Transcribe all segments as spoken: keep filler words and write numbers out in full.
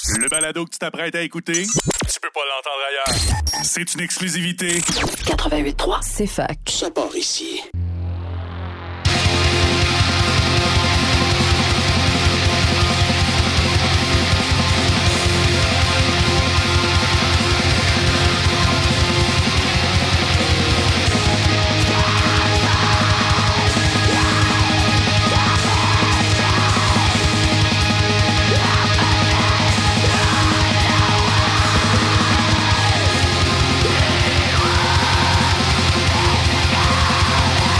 Le balado que tu t'apprêtes à écouter, tu peux pas l'entendre ailleurs. C'est une exclusivité. quatre-vingt-huit trois, c'est fac. Ça part ici. Yeah.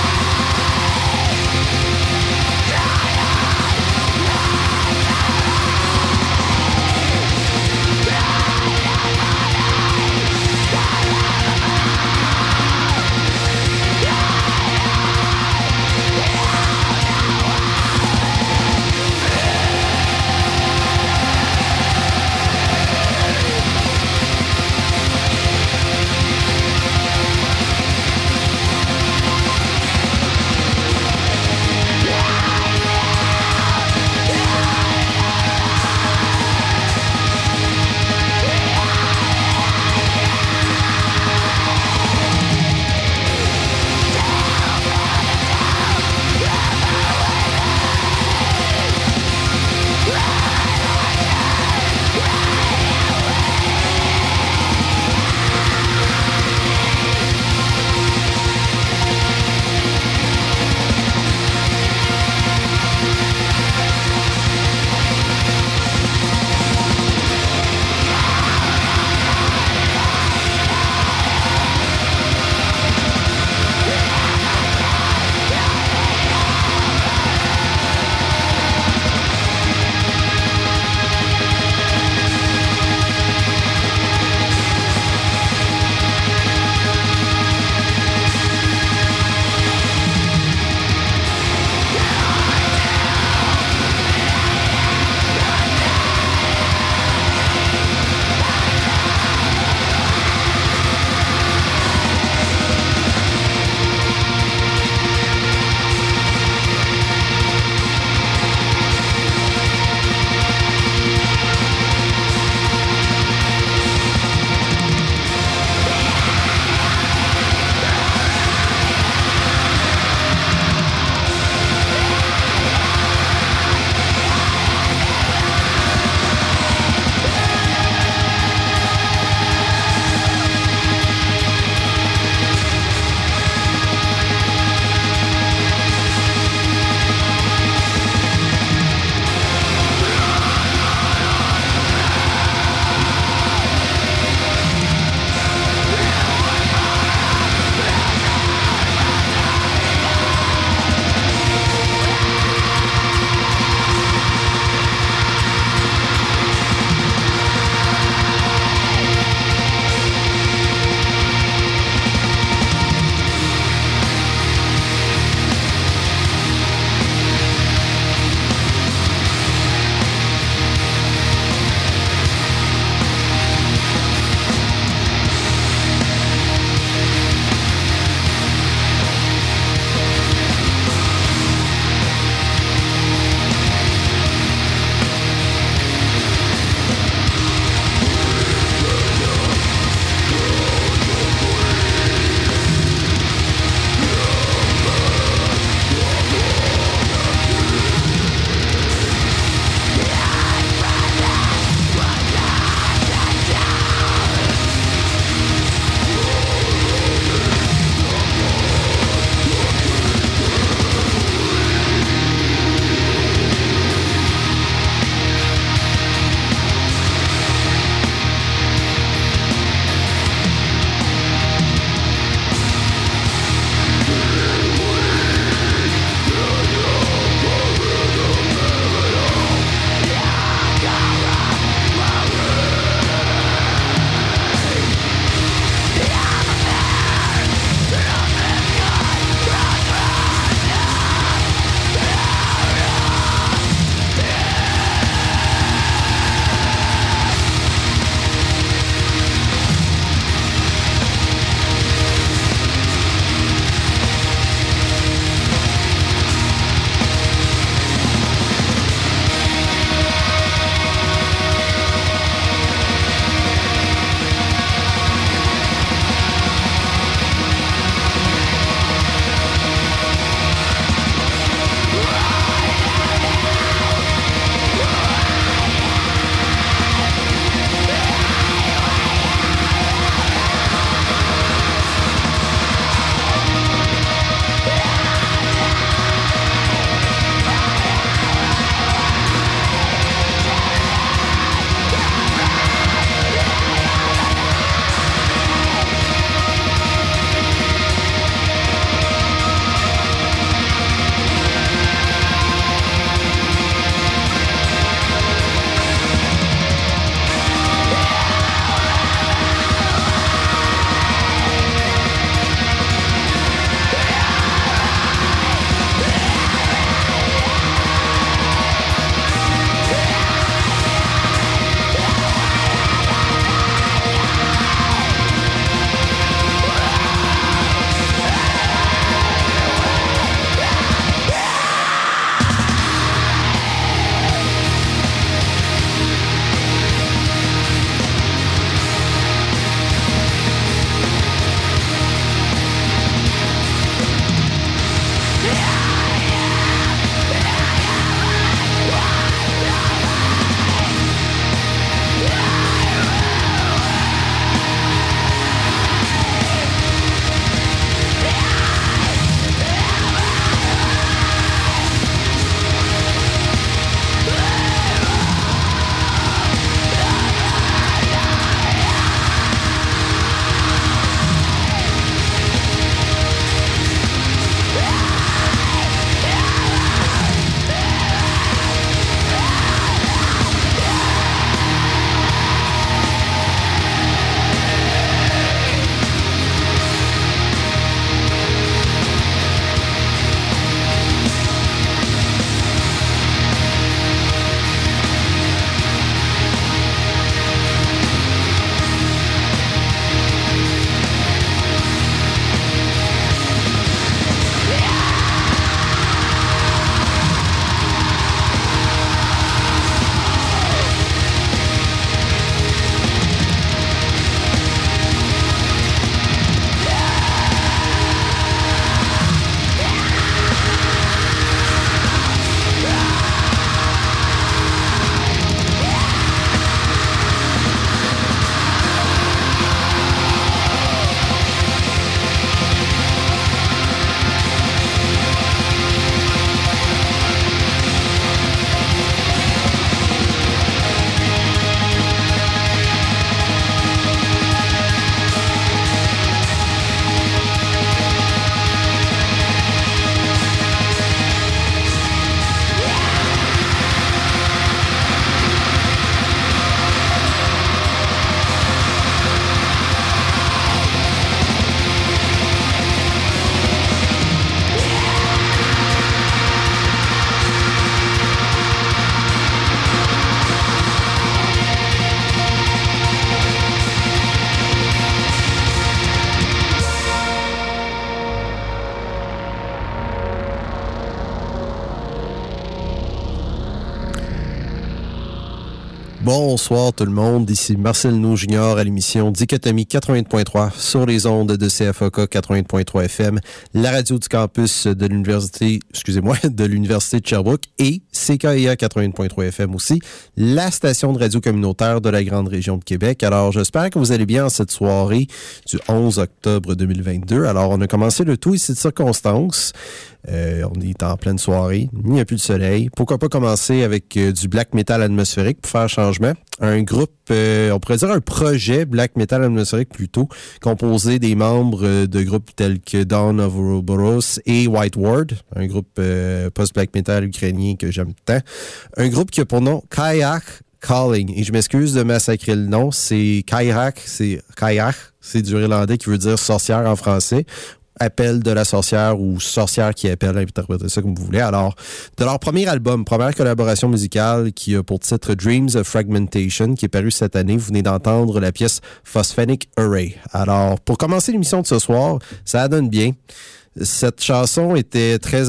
Bonsoir tout le monde, ici Marcel Nou Junior à l'émission Dichotomie quatre-vingt-huit point trois sur les ondes de C F A K quatre-vingt-huit point trois F M, la radio du campus de l'université, excusez-moi, de l'université de Sherbrooke et C K I A quatre-vingt-huit point trois F M aussi, la station de radio communautaire de la grande région de Québec. Alors j'espère que vous allez bien en cette soirée du onze octobre deux mille vingt-deux. Alors on a commencé le tout ici de circonstances. Euh, on est en pleine soirée, il n'y a plus de soleil. Pourquoi pas commencer avec euh, du black metal atmosphérique pour faire changement? Un groupe, euh, on pourrait dire un projet black metal atmosphérique plutôt, composé des membres euh, de groupes tels que Dawn of Ouroboros et White Ward, un groupe euh, post-black metal ukrainien que j'aime tant. Un groupe qui a pour nom Kayak Calling. Et je m'excuse de massacrer le nom, c'est Kayak, c'est Kayak, c'est du irlandais qui veut dire sorcière en français. Appel de la sorcière ou sorcière qui appelle, interprétez ça comme vous voulez. Alors, de leur premier album, première collaboration musicale qui a pour titre Dreams of Fragmentation, qui est paru cette année, vous venez d'entendre la pièce Phosphenic Array. Alors, pour commencer l'émission de ce soir, ça donne bien. Cette chanson était très,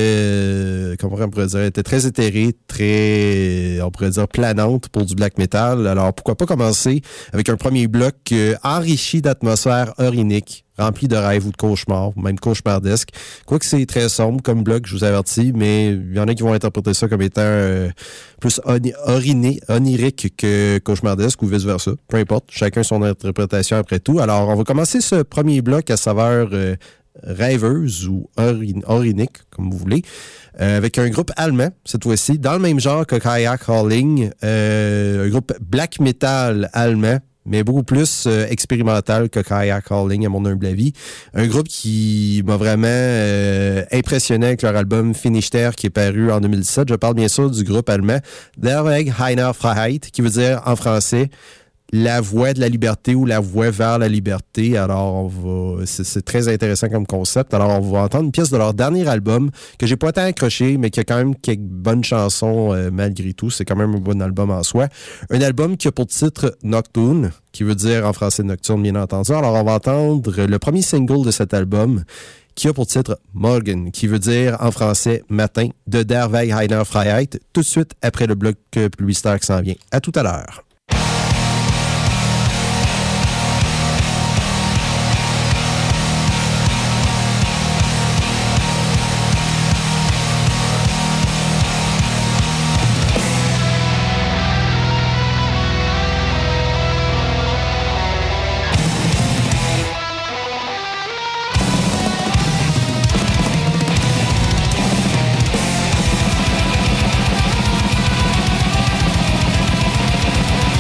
fait, comment on pourrait dire, était très éthérée, très, on pourrait dire, planante pour du black metal. Alors, pourquoi pas commencer avec un premier bloc euh, enrichi d'atmosphère orinique, rempli de rêves ou de cauchemars, même cauchemardesque. Quoique c'est très sombre comme bloc, je vous avertis, mais il y en a qui vont interpréter ça comme étant euh, plus oni- oriné, onirique que cauchemardesque ou vice-versa. Peu importe, chacun son interprétation après tout. Alors, on va commencer ce premier bloc à saveur euh, rêveuse ou orin- orinique, comme vous voulez, euh, avec un groupe allemand, cette fois-ci, dans le même genre que Kayak Calling, euh, un groupe black metal allemand, mais beaucoup plus euh, expérimental que Kayak Calling, à mon humble avis. Un groupe qui m'a vraiment euh, impressionné avec leur album Finishter, qui est paru en deux mille dix-sept. Je parle bien sûr du groupe allemand Der Weg einer Freiheit, qui veut dire en français la voie de la liberté ou la voie vers la liberté. Alors, on va, c'est, c'est très intéressant comme concept. Alors, on va entendre une pièce de leur dernier album que j'ai pas tant accroché, mais qui a quand même quelques bonnes chansons euh, malgré tout. C'est quand même un bon album en soi. Un album qui a pour titre Nocturne, qui veut dire en français nocturne, bien entendu. Alors, on va entendre le premier single de cet album, qui a pour titre Morgen, qui veut dire en français matin, de Der Weg einer Freiheit, tout de suite après le bloc publicitaire qui s'en vient. À tout à l'heure. We'll be right back.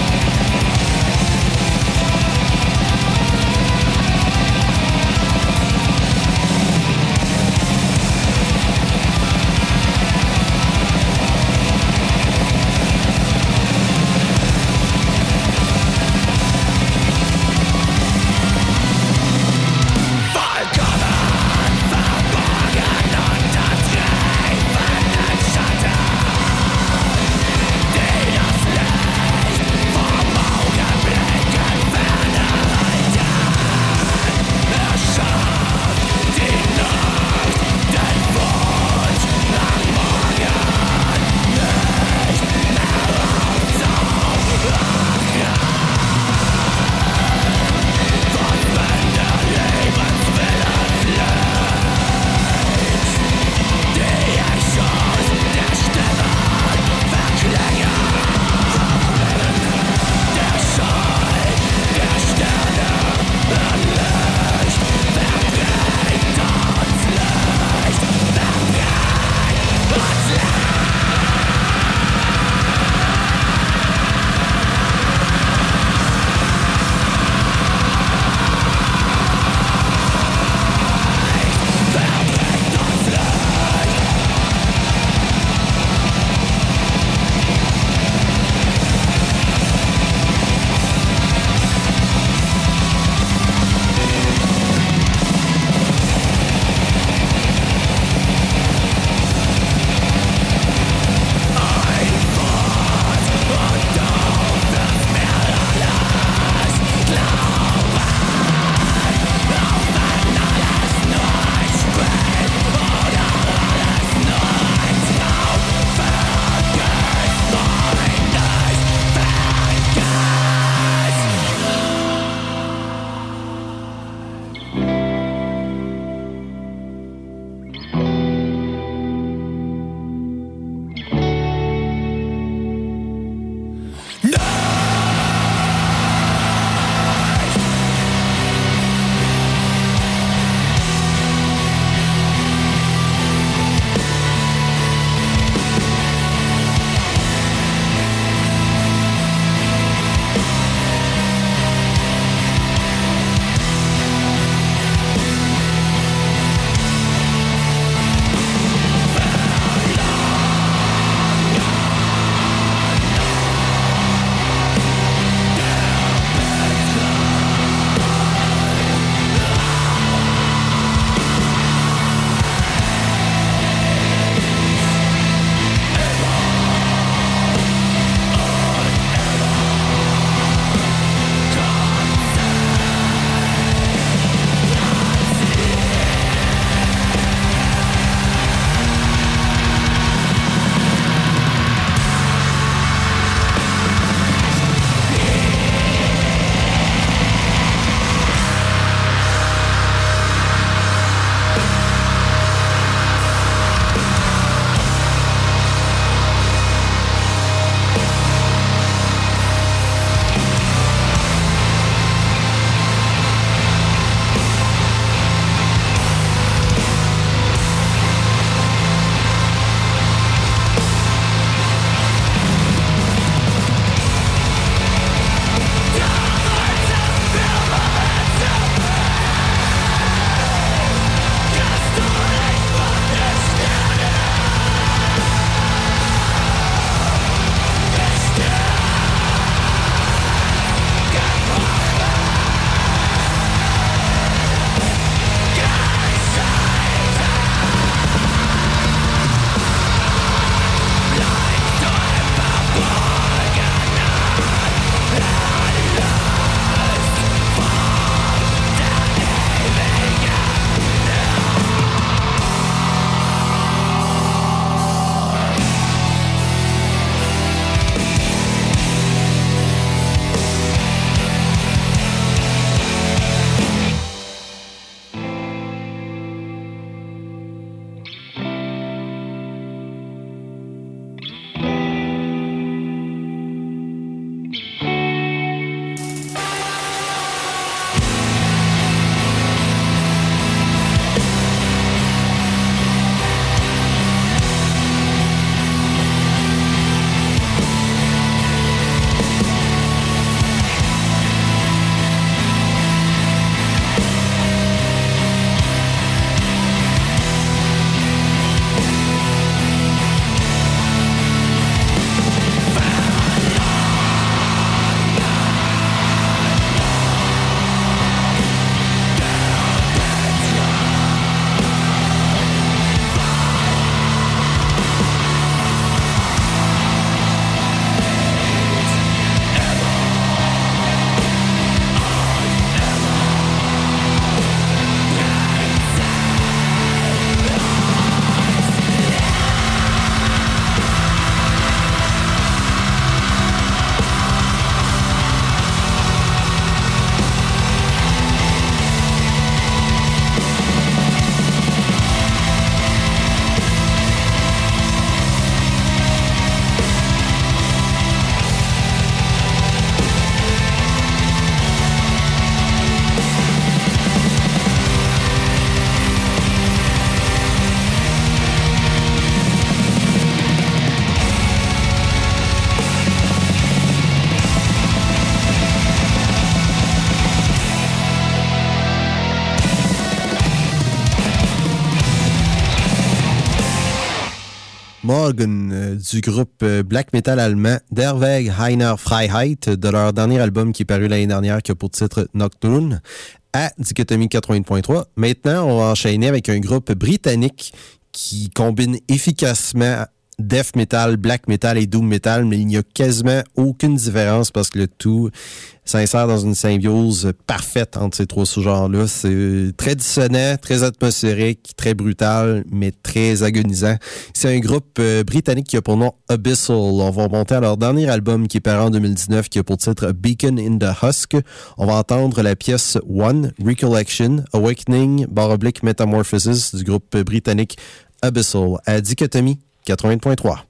Morgen euh, du groupe euh, black metal allemand Der Weg einer Freiheit de leur dernier album qui est paru l'année dernière qui a pour titre Nocturne à Dichotomie quatre-vingts point trois. Maintenant, on va enchaîner avec un groupe britannique qui combine efficacement death metal, black metal et doom metal, mais il n'y a quasiment aucune différence parce que le tout s'insère dans une symbiose parfaite entre ces trois sous-genres-là. C'est très dissonant, très atmosphérique, très brutal, mais très agonisant. C'est un groupe euh, britannique qui a pour nom Abyssal. On va remonter à leur dernier album qui est paru en deux mille dix-neuf, qui a pour titre Beacon in the Husk. On va entendre la pièce One, Recollection, Awakening, barre oblique Metamorphosis du groupe britannique Abyssal à Dichotomie quatre-vingts point trois.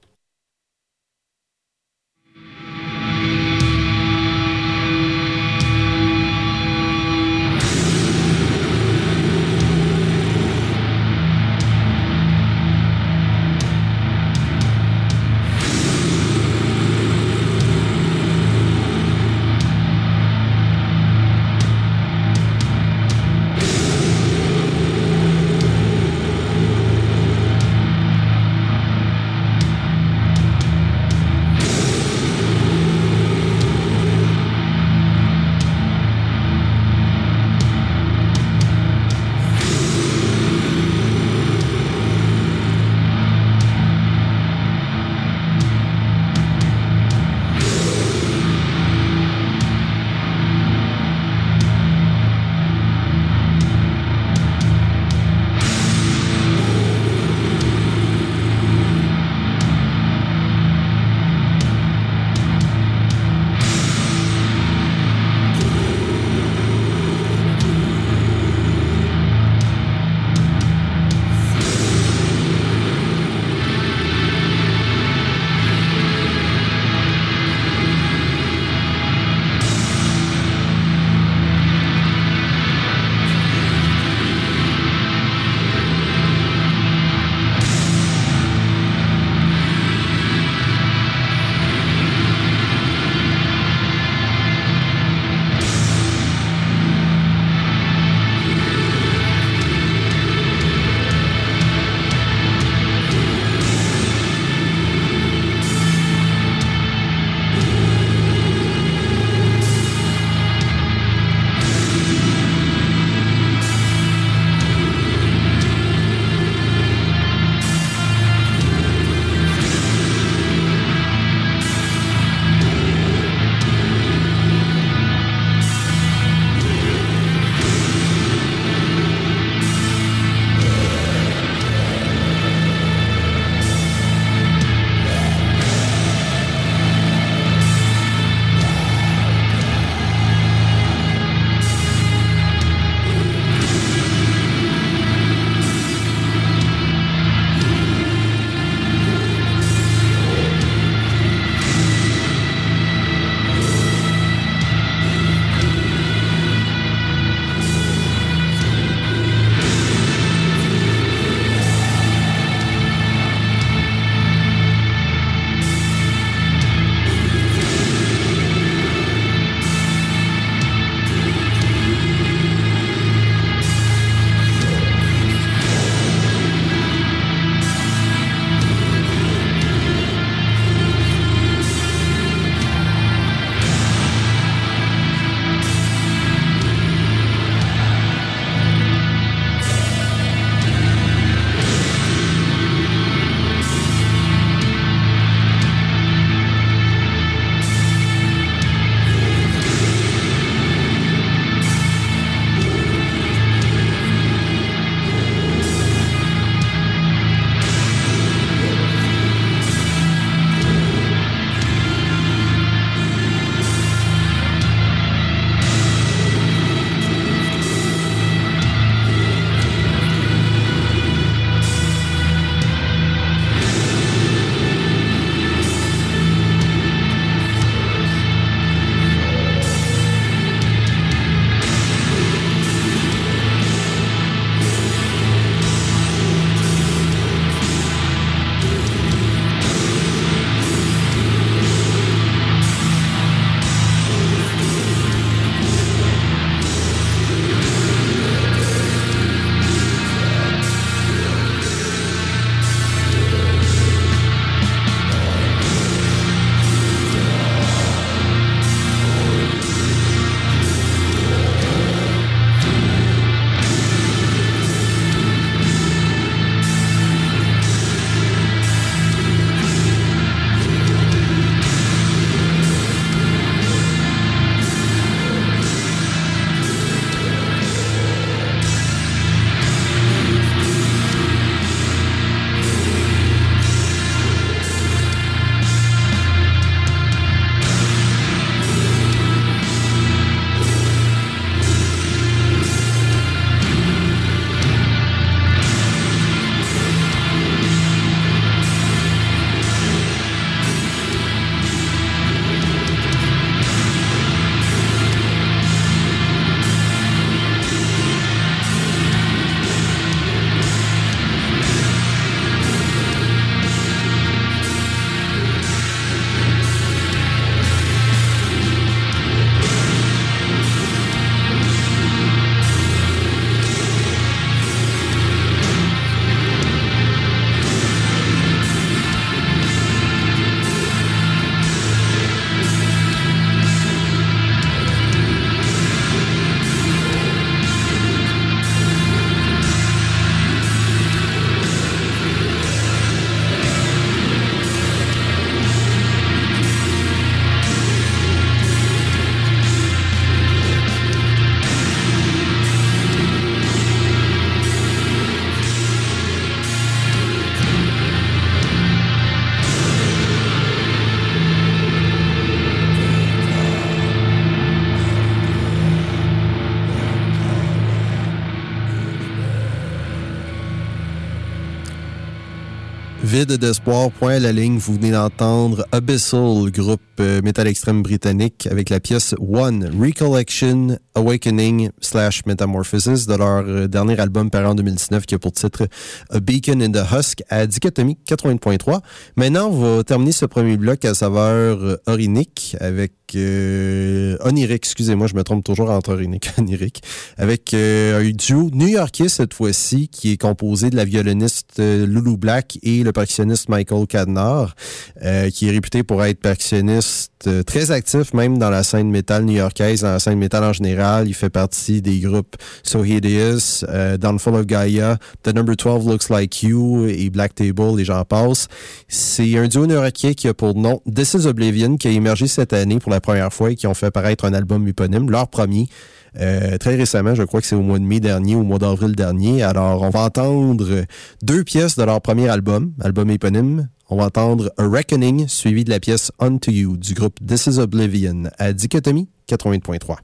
vide d'espoir, point à la ligne. Vous venez d'entendre Abyssal, groupe euh, métal extrême britannique, avec la pièce One, Recollection, Awakening slash Metamorphosis de leur euh, dernier album paru en deux mille dix-neuf qui a pour titre A Beacon in the Husk à Dichotomie quatre-vingts point trois. Maintenant, on va terminer ce premier bloc à saveur euh, orinique avec euh, onirique, excusez-moi, je me trompe toujours entre orinique et onirique, avec euh, un duo new-yorkais cette fois-ci qui est composé de la violoniste euh, Lulu Black et le percussionniste Michael Cadnar, euh, qui est réputé pour être percussionniste euh, très actif même dans la scène métal new-yorkaise, dans la scène métal en général. Il fait partie des groupes So Hideous, euh, Downfall of Gaia, The Number twelve Looks Like You et Black Table, et j'en passe. C'est un duo new-yorkais qui a pour nom This Is Oblivion, qui a émergé cette année pour la première fois et qui ont fait paraître un album éponyme, leur premier. Euh, très récemment, je crois que c'est au mois de mai dernier ou au mois d'avril dernier. Alors, on va entendre deux pièces de leur premier album, album éponyme. On va entendre A Reckoning, suivi de la pièce Unto You du groupe This Is Oblivion à Dichotomie quatre-vingts point trois.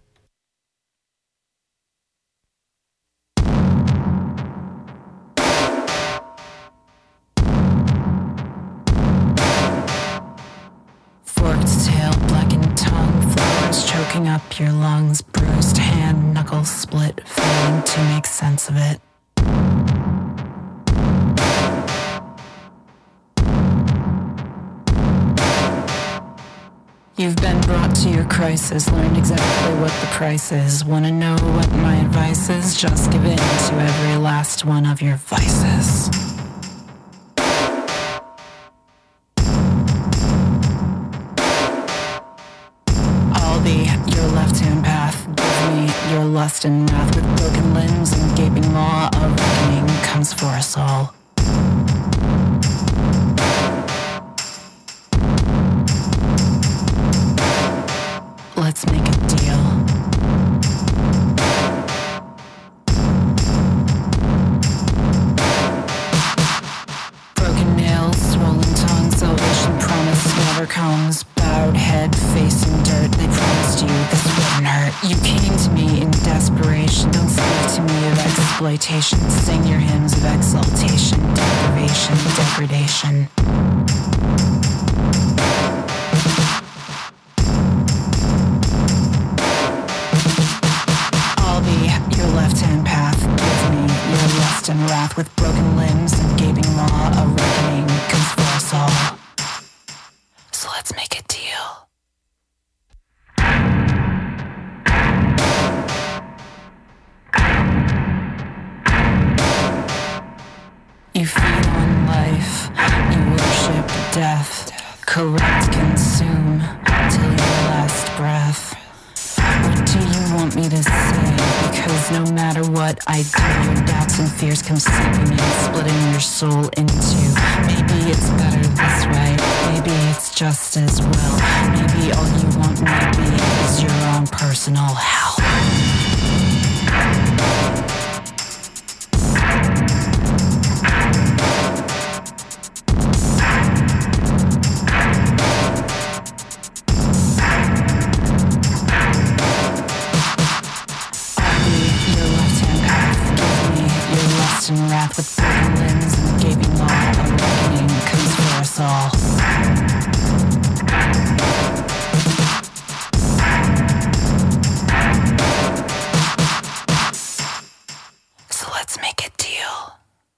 Forked tail, blackened tongue, flowers choking up your lungs, bruised hand, knuckles split, failing to make sense of it. You've been brought to your crisis, learned exactly what the price is. Wanna know what my advice is? Just give in to every last one of your vices. Your left-hand path, give me your lust and wrath. With broken limbs and gaping maw, a reckoning comes for us all. Let's make a deal. Broken nails, swollen tongue, salvation promise never comes. Bowed head, facing dirt, they promised you this wouldn't hurt. You came to me in desperation, don't speak to me of exploitation. Sing your hymns of exaltation, deprivation, degradation. I'll be your left-hand path, give me your lust and wrath. With broken limbs and gaping maw, a reckoning comes for us all. So let's make a deal. You feed on life, you worship death, correct, consume till your last breath. What do you want me to say? Because no matter what I do, your doubts and fears come seeping in, splitting your soul in two. Maybe it's better this way, maybe it's just as well. Maybe all you want me to be is your own personal hell. And wrath with broken limbs and gaping maw, a reckoning comes for us all. So let's make a deal.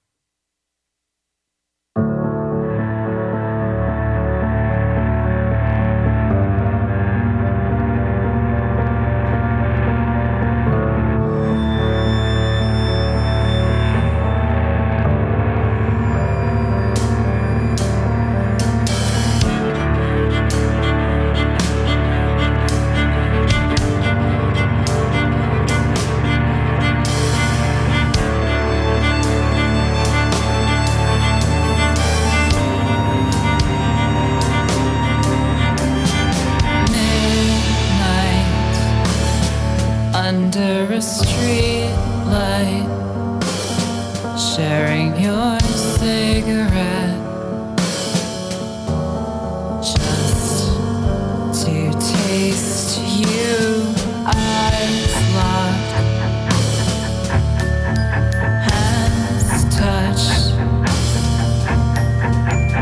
Under a street light, sharing your cigarette, just to taste you. Eyes locked, hands touched,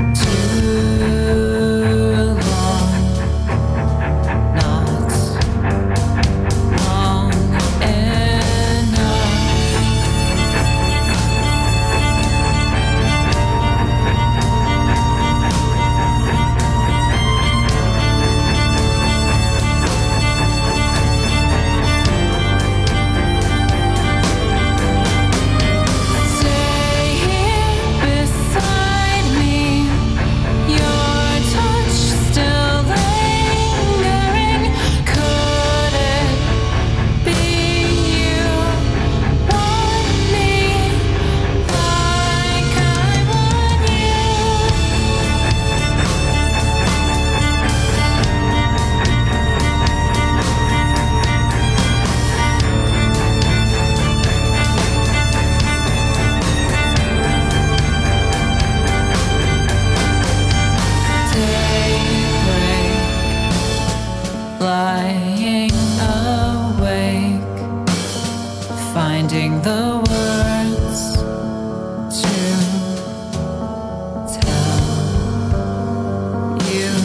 finding the words to tell you.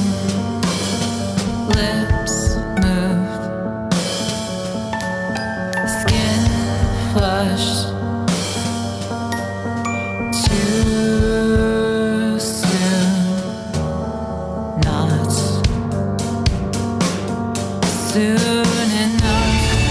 Lips moved, skin flushed. Too soon, not soon enough.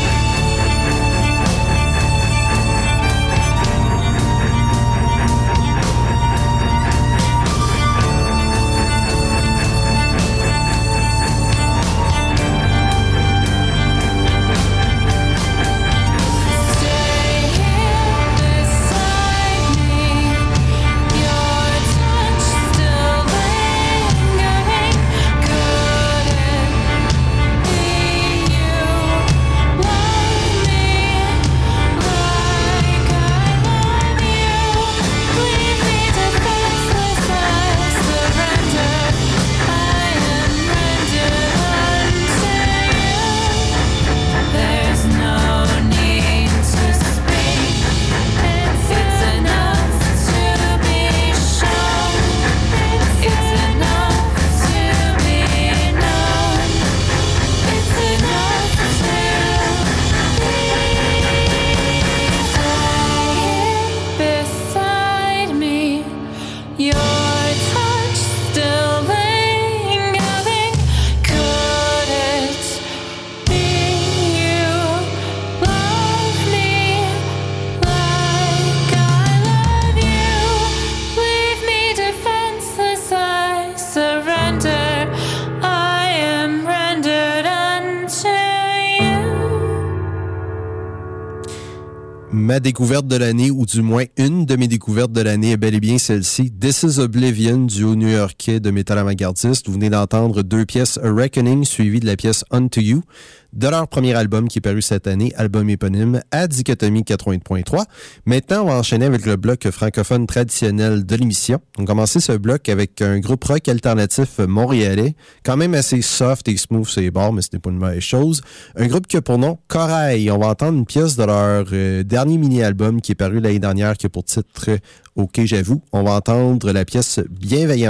Ma découverte de l'année, ou du moins une de mes découvertes de l'année, est bel et bien celle-ci. This is Oblivion, duo new-yorkais de metal avant-gardiste. Vous venez d'entendre deux pièces, A Reckoning, suivie de la pièce Unto You, de leur premier album qui est paru cette année, album éponyme à Dichotomie quatre-vingts point trois. Maintenant, on va enchaîner avec le bloc francophone traditionnel de l'émission. On va commencer ce bloc avec un groupe rock alternatif montréalais, quand même assez soft et smooth sur les bords, mais ce n'est pas une mauvaise chose. Un groupe qui a pour nom Corail. On va entendre une pièce de leur euh, dernier mini-album qui est paru l'année dernière, qui a pour titre « OK, j'avoue ». On va entendre la pièce « Bienveillance »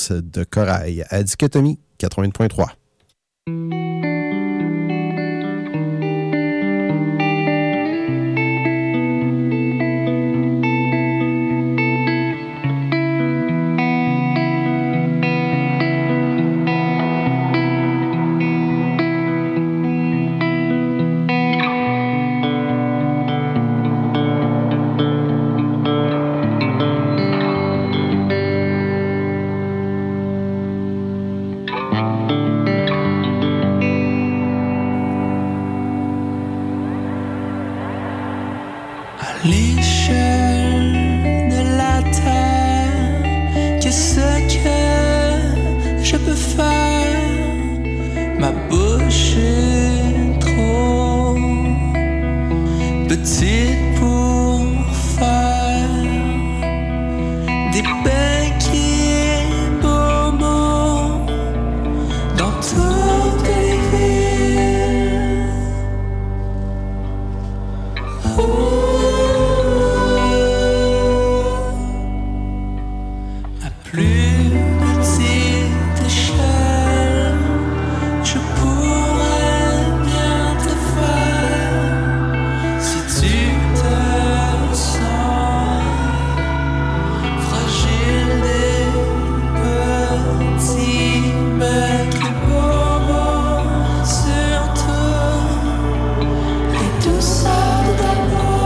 de Corail à Dichotomie quatre-vingts point trois. Tout ça de d'amour.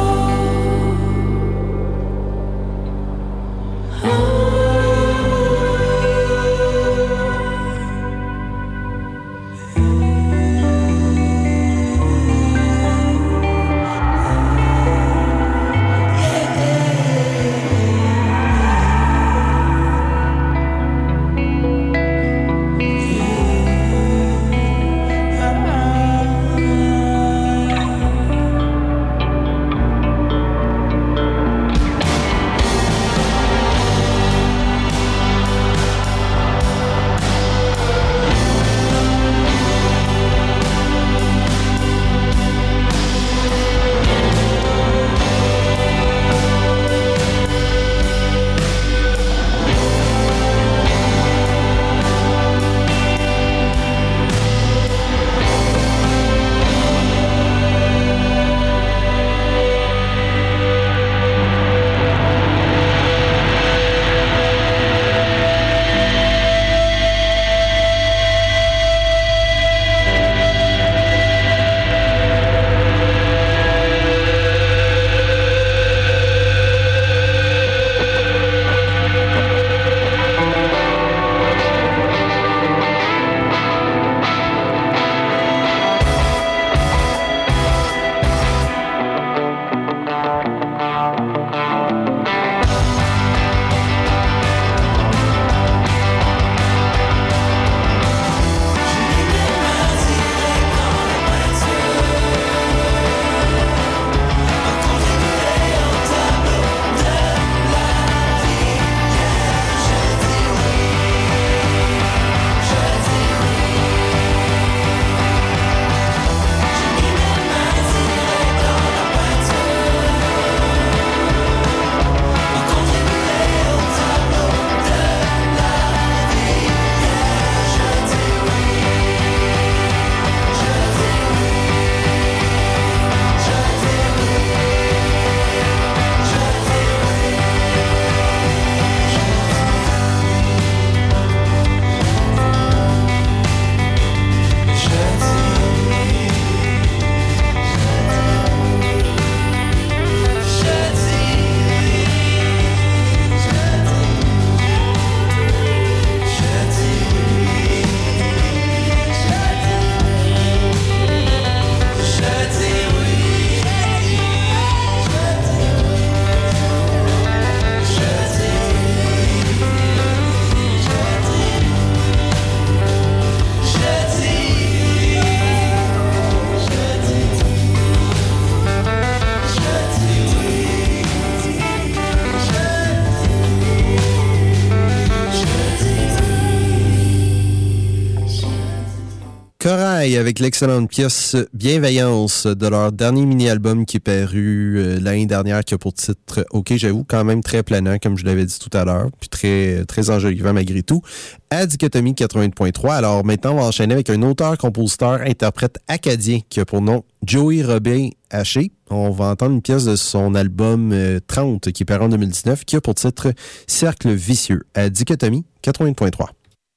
Stromae avec l'excellente pièce Bienveillance de leur dernier mini-album qui est paru euh, l'année dernière, qui a pour titre OK, j'avoue, quand même très planant, comme je l'avais dit tout à l'heure, puis très, très enjolivant malgré tout, à Dichotomie quatre-vingt point trois. Alors maintenant, on va enchaîner avec un auteur, compositeur, interprète acadien qui a pour nom Joey Robin Haché. On va entendre une pièce de son album euh, trente qui est paru en deux mille dix-neuf, qui a pour titre Cercle vicieux, à Dichotomie quatre-vingt point trois.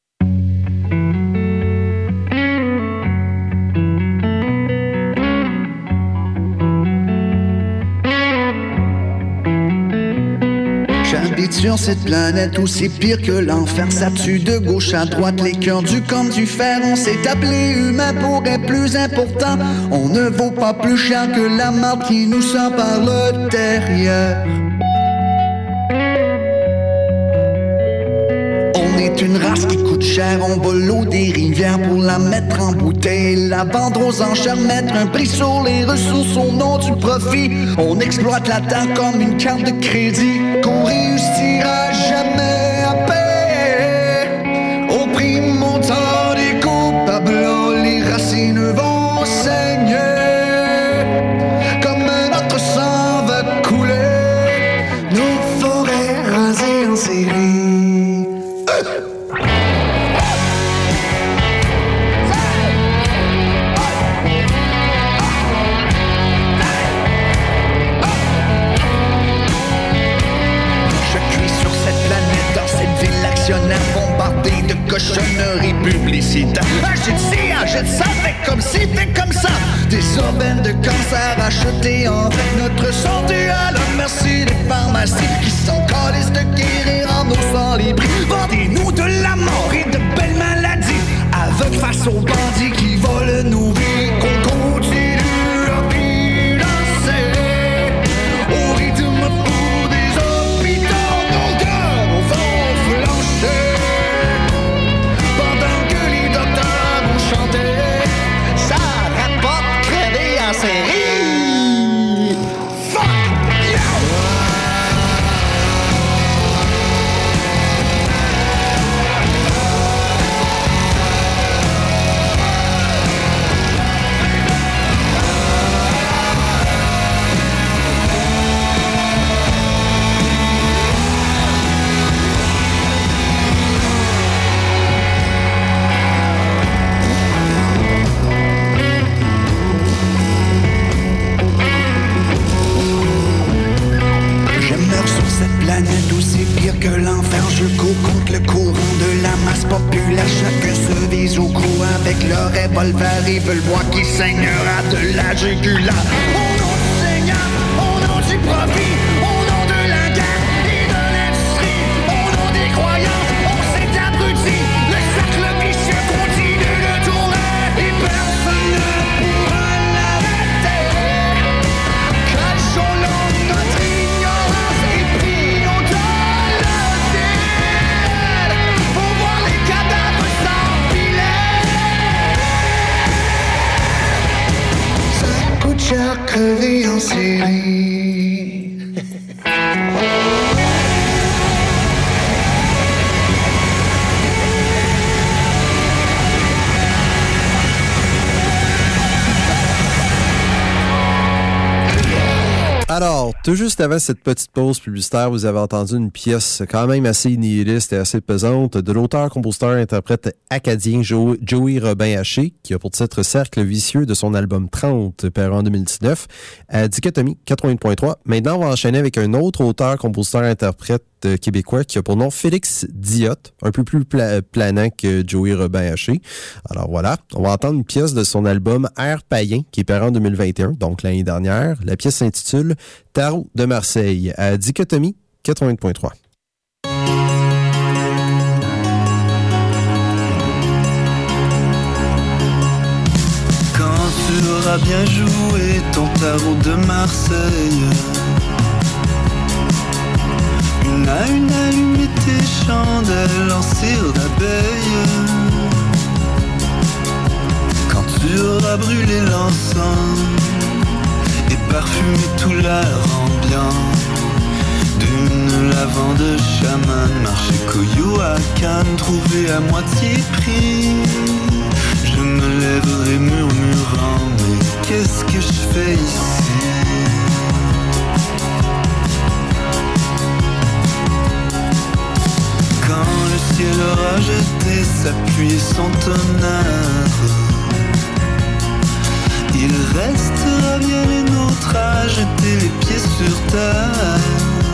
J'habite sur cette planète où c'est pire que l'enfer. Ça tue de gauche à droite, les cœurs du comme du fer. On s'est appelé humain pour être plus important. On ne vaut pas plus cher que la marde qui nous sort par le derrière. On est une race qui coûte cher. On vole l'eau des rivières pour la mettre en bouteille, la vendre aux enchères, mettre un prix sur les ressources au nom du profit. On exploite la terre comme une carte de crédit qu'on réussira jamais à payer. Au prix montant des coupables, les racines vont saigner. Comme notre sang va couler, nos forêts rasées en série. Bombardé de cochonneries publicitaires. Achète ci, achète ça, fait comme ci, fait comme ça. Des aubaines de cancer achetées en fait notre santé à la merci des pharmacies qui s'en calissent de guérir en haussant les prix. Vendez-nous de la mort et de belles maladies, aveugles face aux bandits qui volent nos vies. Qu'on continue à financer au rythme pour des hôpitaux. Nos cœurs vont flancher. Ça rapporte crever en série. Fuck you! Où c'est pire que l'enfer, je cours contre le courant de la masse populaire. Chacun se vise au cou avec leur revolver. Ils veulent voir qui saignera de la jugulaire. Au nom du Seigneur, au nom du profit, au nom de la guerre et de l'industrie, au nom des croyances, on s'est abruti. Le cercle vicieux continue de tourner et personne ne pourra l'arrêter. Cachons-nous notre ignorance et prions dans le ciel pour voir les cadavres s'empiler. Ça coûte cher crever en série. Alors, tout juste avant cette petite pause publicitaire, vous avez entendu une pièce quand même assez nihiliste et assez pesante de l'auteur, compositeur, interprète acadien Jo- Joey Robin Haché, qui a pour titre Cercle vicieux de son album trente, paru en deux mille dix-neuf, à Dichotomie quatre-vingt point trois. Maintenant, on va enchaîner avec un autre auteur, compositeur, interprète québécois qui a pour nom Félix Diotte, un peu plus pla- planant que Joey Robin Haché. Alors voilà, on va entendre une pièce de son album Air païen qui est paru en deux mille vingt et un, donc l'année dernière. La pièce s'intitule Tarot de Marseille à Dichotomie quatre-vingt point trois. Quand tu auras bien joué ton tarot de Marseille, une à une allumé tes chandelles en cire d'abeille. Quand tu auras brûlé l'encens et parfumé tout l'air ambiant d'une lavande chamane, marché Coyo à Cannes, trouvé à moitié prix, je me lèverai murmurant, mais qu'est-ce que je fais ici? Quand le ciel aura jeté sa pluie et son tonnerre, il restera bien les nôtres à jeter les pieds sur terre.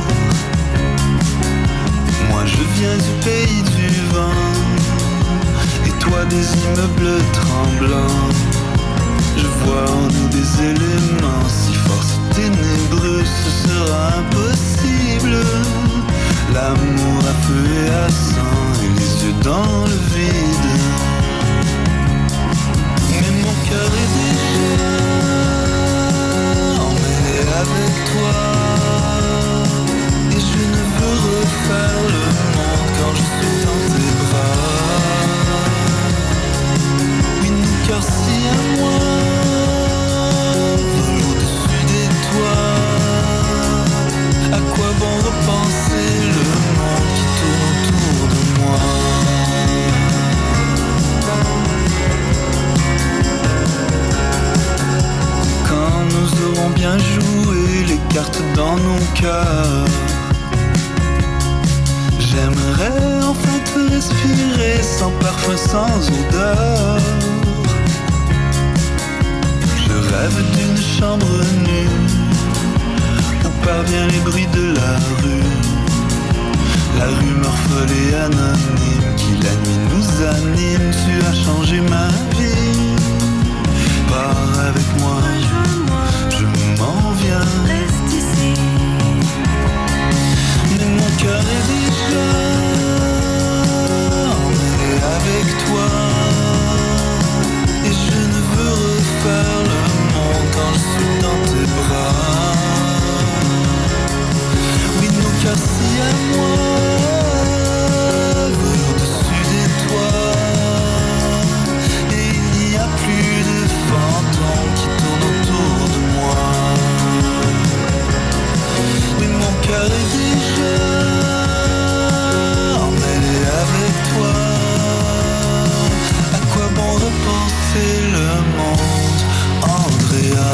Moi je viens du pays du vent, et toi des immeubles tremblants. Je vois en nous des éléments si forts, si ténébreux, ce sera impossible. L'amour à feu et à sang, et les yeux dans le vide. Mais mon cœur est déjà emmêlé avec toi, et je ne veux refaire le monde quand je suis dans tes bras. Oui, nos cœurs si à moi volent au-dessus des toits. À quoi bon repenser le monde qui tourne autour de moi? Quand nous aurons bien joué les cartes dans nos cœurs, j'aimerais enfin te respirer sans parfum, sans odeur. Je rêve d'une chambre nue où parviennent les bruits de la rue, la rumeur folle et anonyme qui la nuit nous anime. Tu as changé ma vie, pars avec moi, je m'en viens. Reste ici. Mais mon cœur est déjà emmêlé avec toi, et je ne veux refaire le monde quand je suis dans tes bras. Oui, nos cœurs si à moi volent au-dessus des toits, et il n'y a plus de fantômes qui tournent autour de moi. Oui, mon cœur est déjà emmêlé avec toi. À quoi bon repenser le monde, Andrea?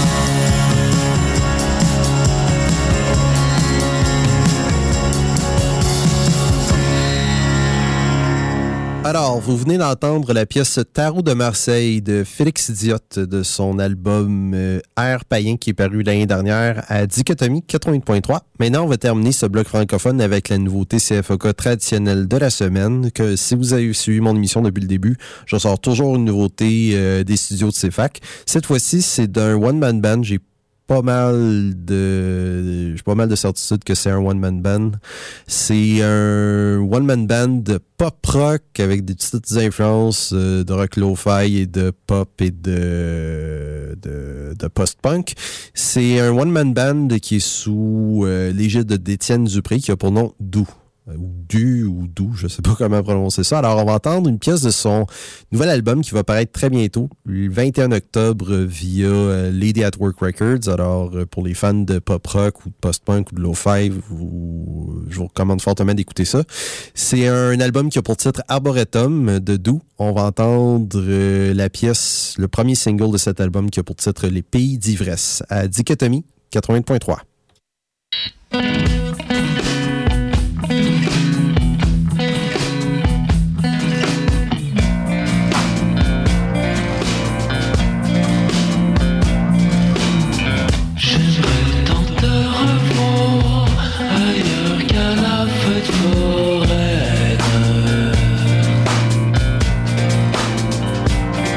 Alors, vous venez d'entendre la pièce Tarot de Marseille de Félix Diot de son album euh, Air Païen qui est paru l'année dernière à Dichotomie quatre-vingt-huit point trois. Maintenant, on va terminer ce bloc francophone avec la nouveauté C F A K traditionnelle de la semaine. Que si vous avez suivi mon émission depuis le début, je sors toujours une nouveauté euh, des studios de C F A C. Cette fois-ci, c'est d'un one-man band. J'ai pas mal de j'ai pas mal de certitude que c'est un one-man band. C'est un one-man band de pop-rock avec des petites influences euh, de rock lo-fi et de pop et de de, de post-punk. C'est un one-man band qui est sous euh, l'égide d'Étienne Dupré qui a pour nom Doux. Ou Du ou Dou, je sais pas comment prononcer ça. Alors, on va entendre une pièce de son nouvel album qui va paraître très bientôt, le vingt et un octobre, via euh, Lady at Work Records. Alors, euh, pour les fans de pop-rock ou de post-punk ou de lo-fi, vous, je vous recommande fortement d'écouter ça. C'est un album qui a pour titre Arboretum de Dou. On va entendre euh, la pièce, le premier single de cet album qui a pour titre Les Pays d'ivresse à Dichotomie quatre-vingt-huit point trois.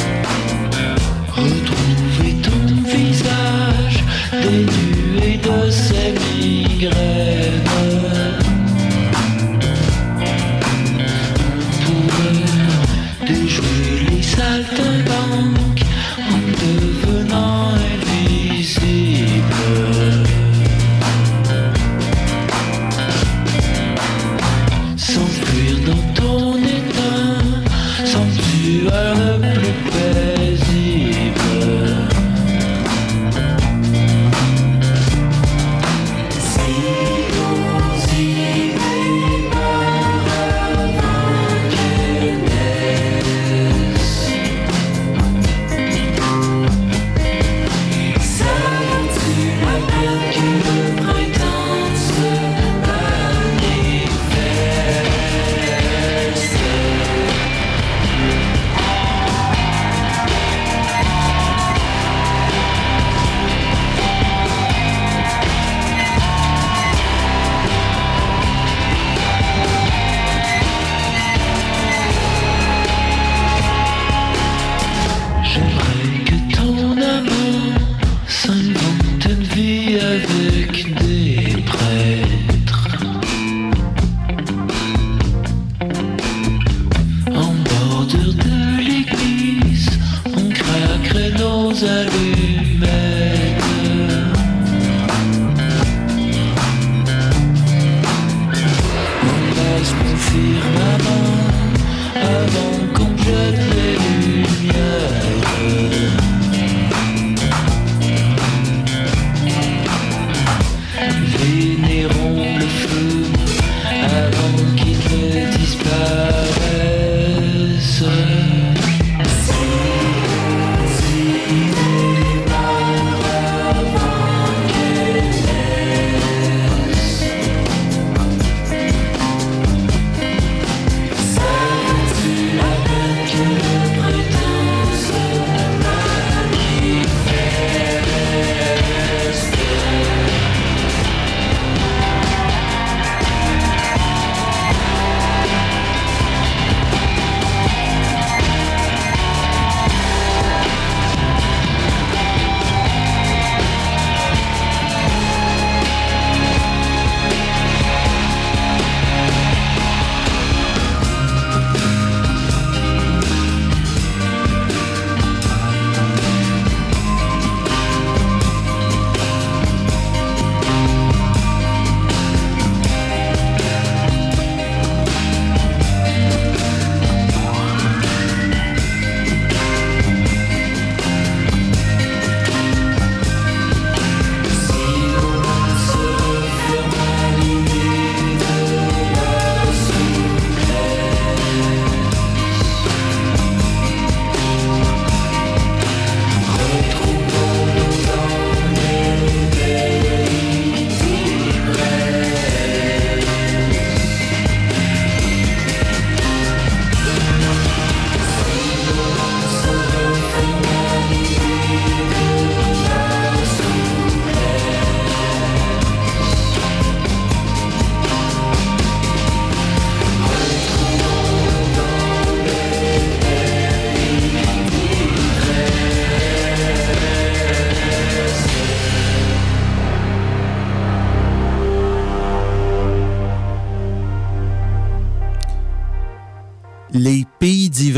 Retrouver ton visage dénué de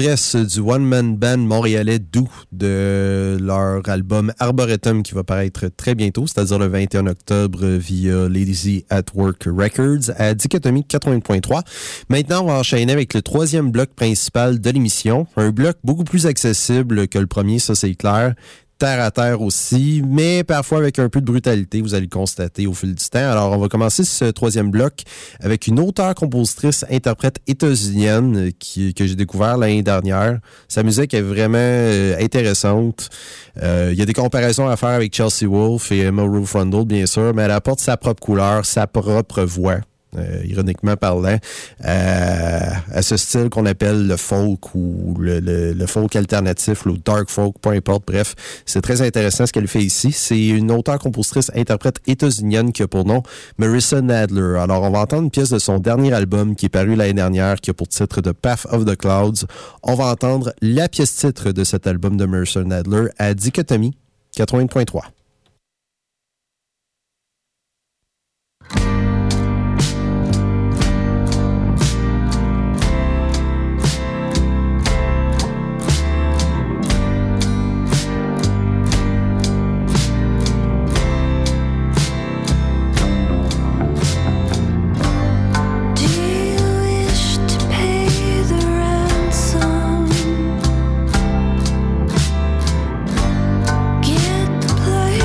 pièce du one-man band montréalais Doux de leur album Arboretum qui va paraître très bientôt, c'est-à-dire le vingt et un octobre via Lazy at Work Records à Dichotomie quatre-vingts point trois. Maintenant, on va enchaîner avec le troisième bloc principal de l'émission. Un bloc beaucoup plus accessible que le premier, ça c'est clair. Terre à terre aussi, mais parfois avec un peu de brutalité, vous allez le constater au fil du temps. Alors, on va commencer ce troisième bloc avec une auteure-compositrice, interprète états-unienne qui, que j'ai découvert l'année dernière. Sa musique est vraiment euh, intéressante. Euh, il y a des comparaisons à faire avec Chelsea Wolfe et Emma Ruth Rundle, bien sûr, mais elle apporte sa propre couleur, sa propre voix. Euh, ironiquement parlant, euh, à ce style qu'on appelle le folk ou le, le, le folk alternatif, le dark folk, peu importe. Bref, c'est très intéressant ce qu'elle fait ici. C'est une auteure-compositrice interprète états-unienne qui a pour nom Marissa Nadler. Alors, on va entendre une pièce de son dernier album qui est paru l'année dernière, qui a pour titre The Path of the Clouds. On va entendre la pièce titre de cet album de Marissa Nadler à Dichotomie quatre-vingts point trois. Get the place.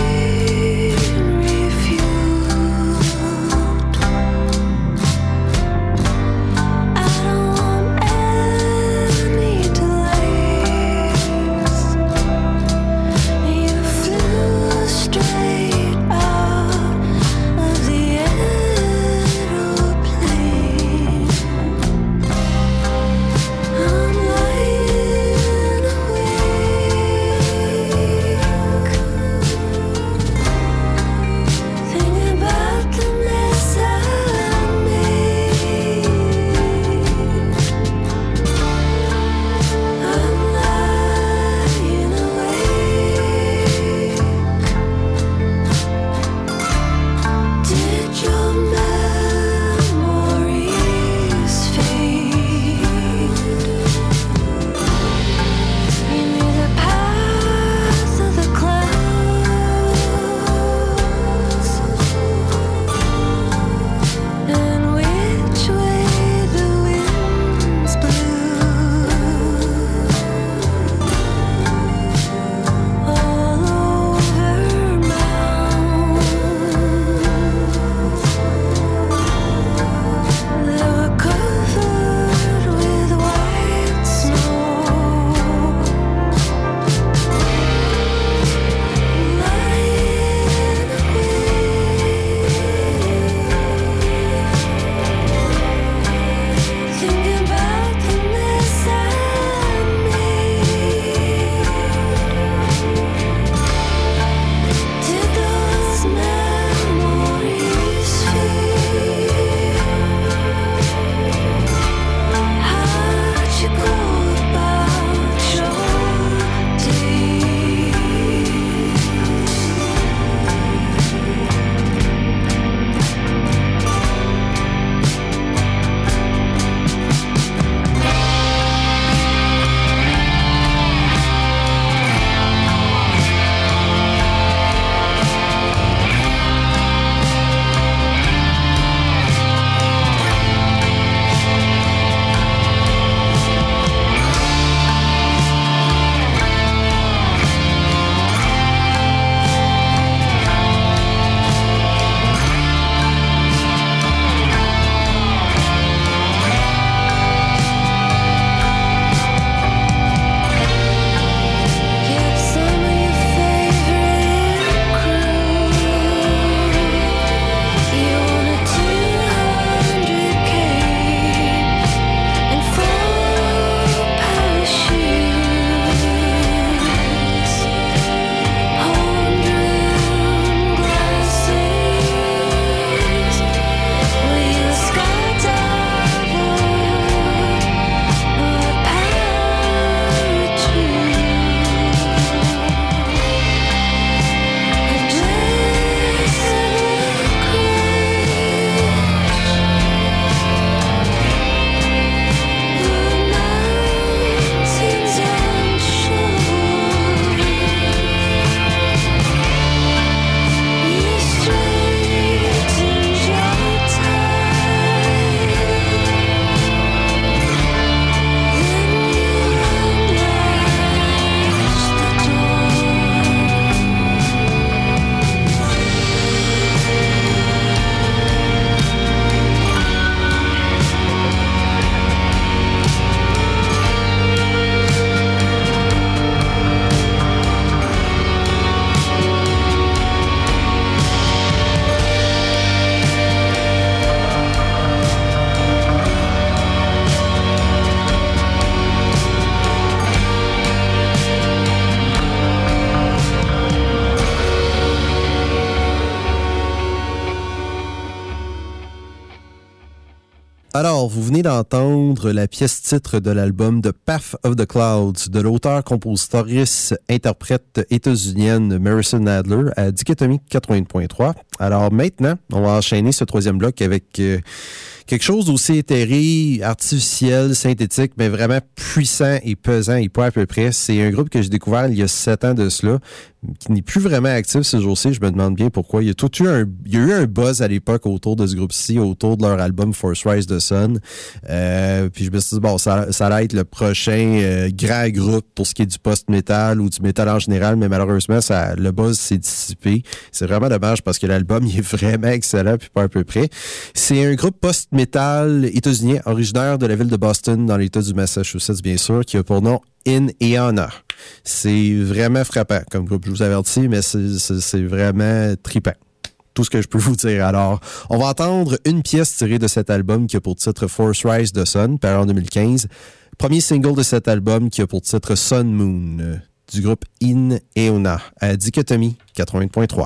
Alors, vous venez d'entendre la pièce titre de l'album The Path of the Clouds de l'auteur-compositrice-interprète états-unienne Marison Adler à Dichotomie quatre-vingt point trois. Alors maintenant, on va enchaîner ce troisième bloc avec euh, quelque chose d'aussi éthéré, artificiel, synthétique, mais vraiment puissant et pesant et pas à peu près. C'est un groupe que j'ai découvert il y a sept ans de cela, qui n'est plus vraiment actif ce jour-ci. Je me demande bien pourquoi. Il y a tout eu un, il y a eu un buzz à l'époque autour de ce groupe-ci, autour de leur album Force Rise the Sun. Euh, puis je me suis dit, bon, ça, ça allait être le prochain euh, grand groupe pour ce qui est du post-metal ou du métal en général, mais malheureusement, ça, le buzz s'est dissipé. C'est vraiment dommage parce que l'album, il est vraiment excellent, puis pas à peu près. C'est un groupe post-metal états-unien, originaire de la ville de Boston, dans l'État du Massachusetts, bien sûr, qui a pour nom In Eona. C'est vraiment frappant comme groupe, je vous avertis, mais c'est, c'est, c'est vraiment trippant. Tout ce que je peux vous dire. Alors, on va entendre une pièce tirée de cet album qui a pour titre Force Rise the Sun, paru en deux mille quinze. Premier single de cet album qui a pour titre Sun Moon, euh, du groupe In Eona, à Dichotomie quatre-vingt point trois.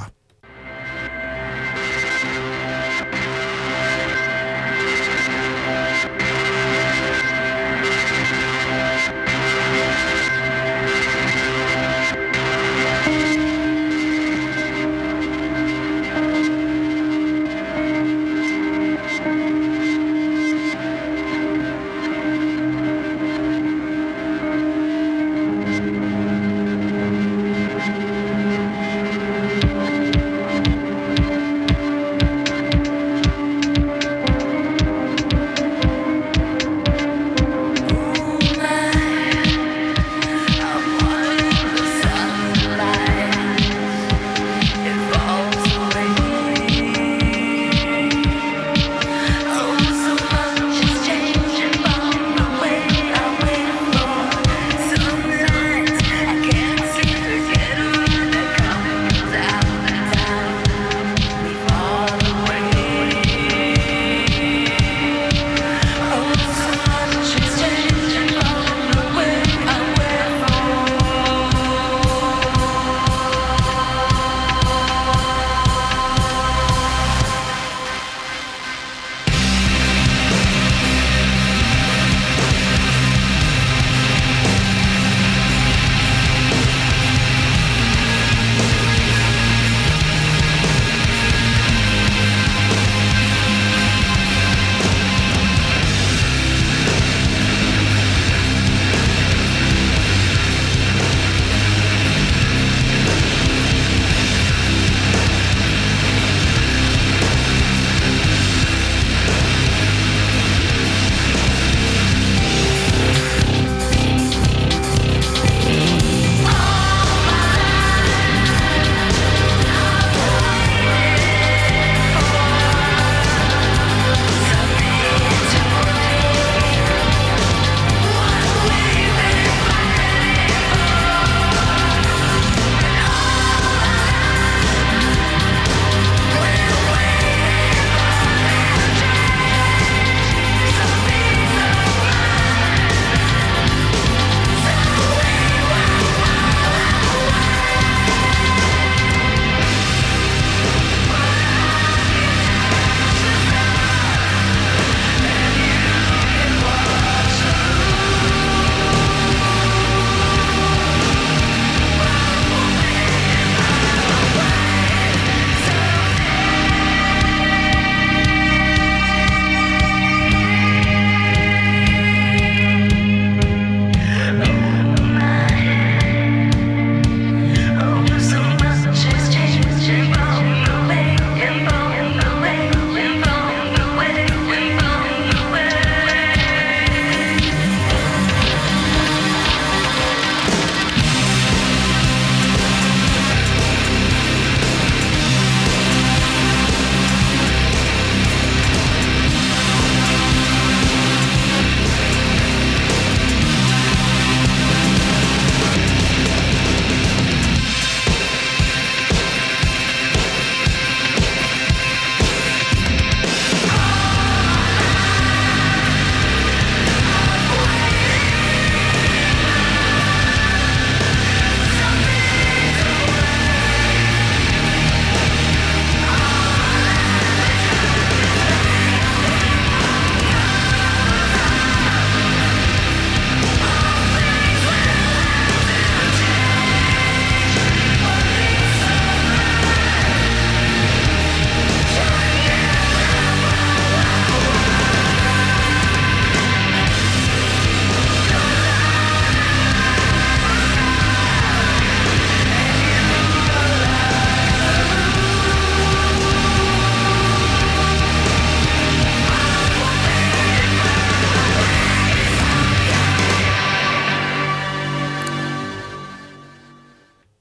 Thank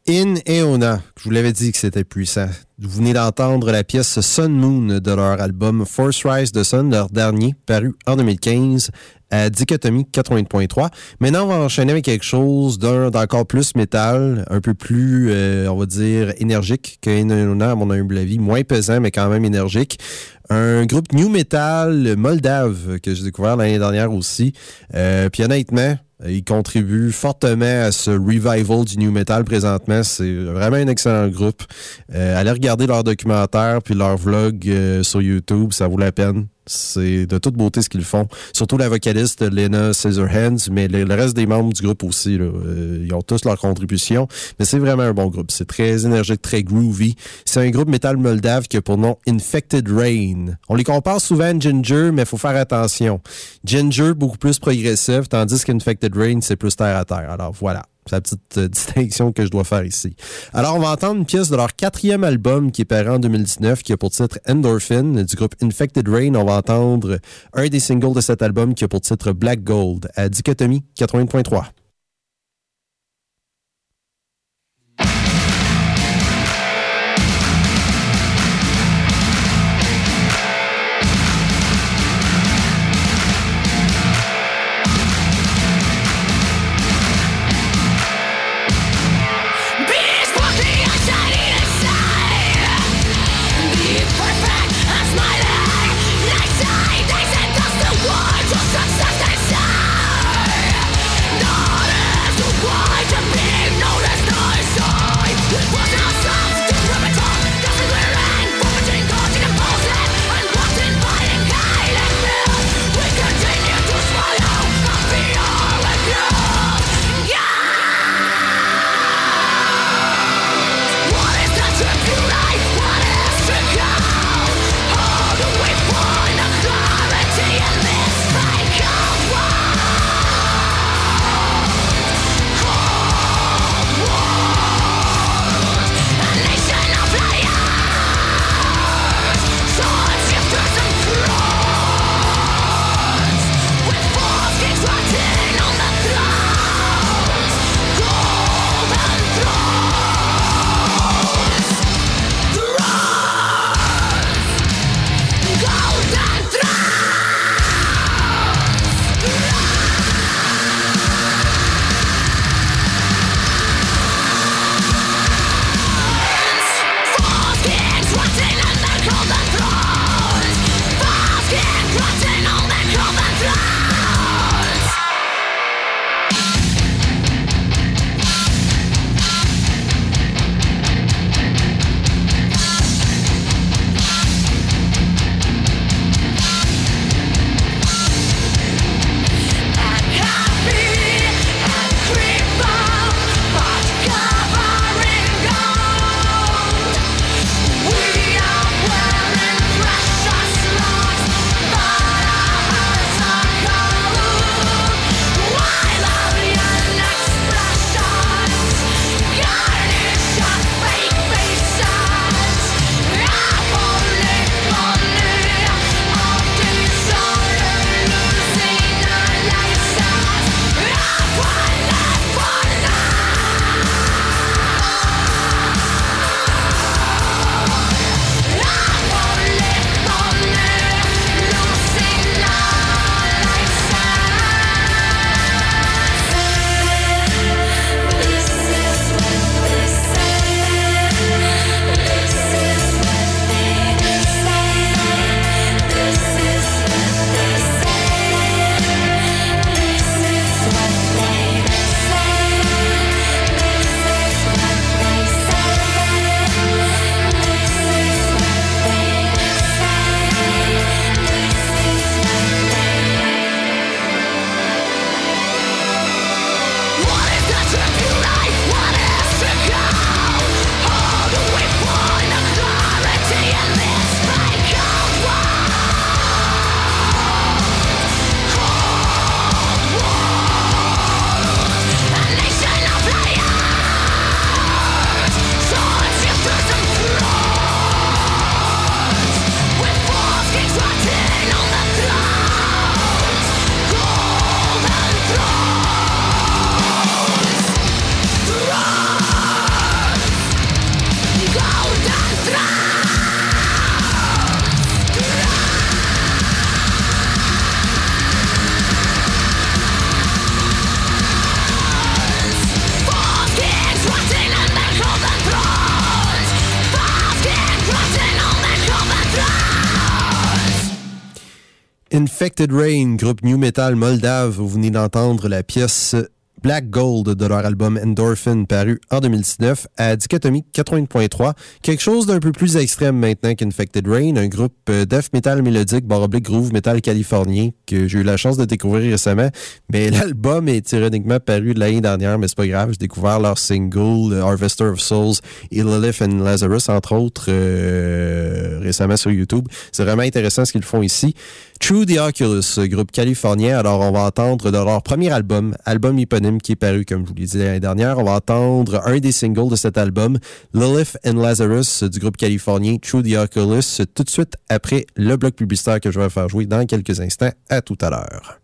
In Eona, je vous l'avais dit que c'était puissant. Vous venez d'entendre la pièce Sun Moon de leur album Force Rise the Sun, leur dernier, paru en deux mille quinze à Dichotomie quatre-vingt-huit point trois. Maintenant, on va enchaîner avec quelque chose d'un, d'encore plus métal, un peu plus, euh, on va dire, énergique que In Eona, à mon humble avis, moins pesant, mais quand même énergique. Un groupe new metal moldave que j'ai découvert l'année dernière aussi. Euh, puis honnêtement, il contribue fortement à ce revival du new metal présentement. C'est vraiment un excellent groupe. Euh, allez regarder leurs documentaires puis leurs vlogs euh, sur YouTube, ça vaut la peine. C'est de toute beauté ce qu'ils font. Surtout la vocaliste Lena Scissorhands, mais le, le reste des membres du groupe aussi. Là, euh, ils ont tous leur contribution. Mais c'est vraiment un bon groupe. C'est très énergique, très groovy. C'est un groupe métal moldave qui a pour nom Infected Rain. On les compare souvent à Ginger, mais il faut faire attention. Ginger, beaucoup plus progressif, tandis qu'Infected Rain, c'est plus terre à terre. Alors voilà. C'est la petite euh, distinction que je dois faire ici. Alors, on va entendre une pièce de leur quatrième album qui est paru en deux mille dix-neuf, qui a pour titre Endorphin, du groupe Infected Rain. On va entendre un des singles de cet album qui a pour titre Black Gold à Dichotomie quatre-vingt-huit point trois. Success inside. No. Infected Rain, groupe new metal moldave. Vous venez d'entendre la pièce Black Gold de leur album Endorphin, paru en deux mille dix-neuf à Dichotomie quatre-vingt point trois. Quelque chose d'un peu plus extrême maintenant qu'Infected Rain, un groupe death metal mélodique, barre oblique groove metal californien que j'ai eu la chance de découvrir récemment. Mais l'album est ironiquement paru de l'année dernière, mais c'est pas grave. J'ai découvert leur single Harvester of Souls et Lilith and Lazarus, entre autres, euh, récemment sur YouTube. C'est vraiment intéressant ce qu'ils font ici. True the Oculus, groupe californien. Alors, on va entendre de leur premier album, album éponyme qui est paru, comme je vous l'ai dit l'année dernière. On va entendre un des singles de cet album, Lilith and Lazarus, du groupe californien True the Oculus, tout de suite après le bloc publicitaire que je vais faire jouer dans quelques instants. À tout à l'heure.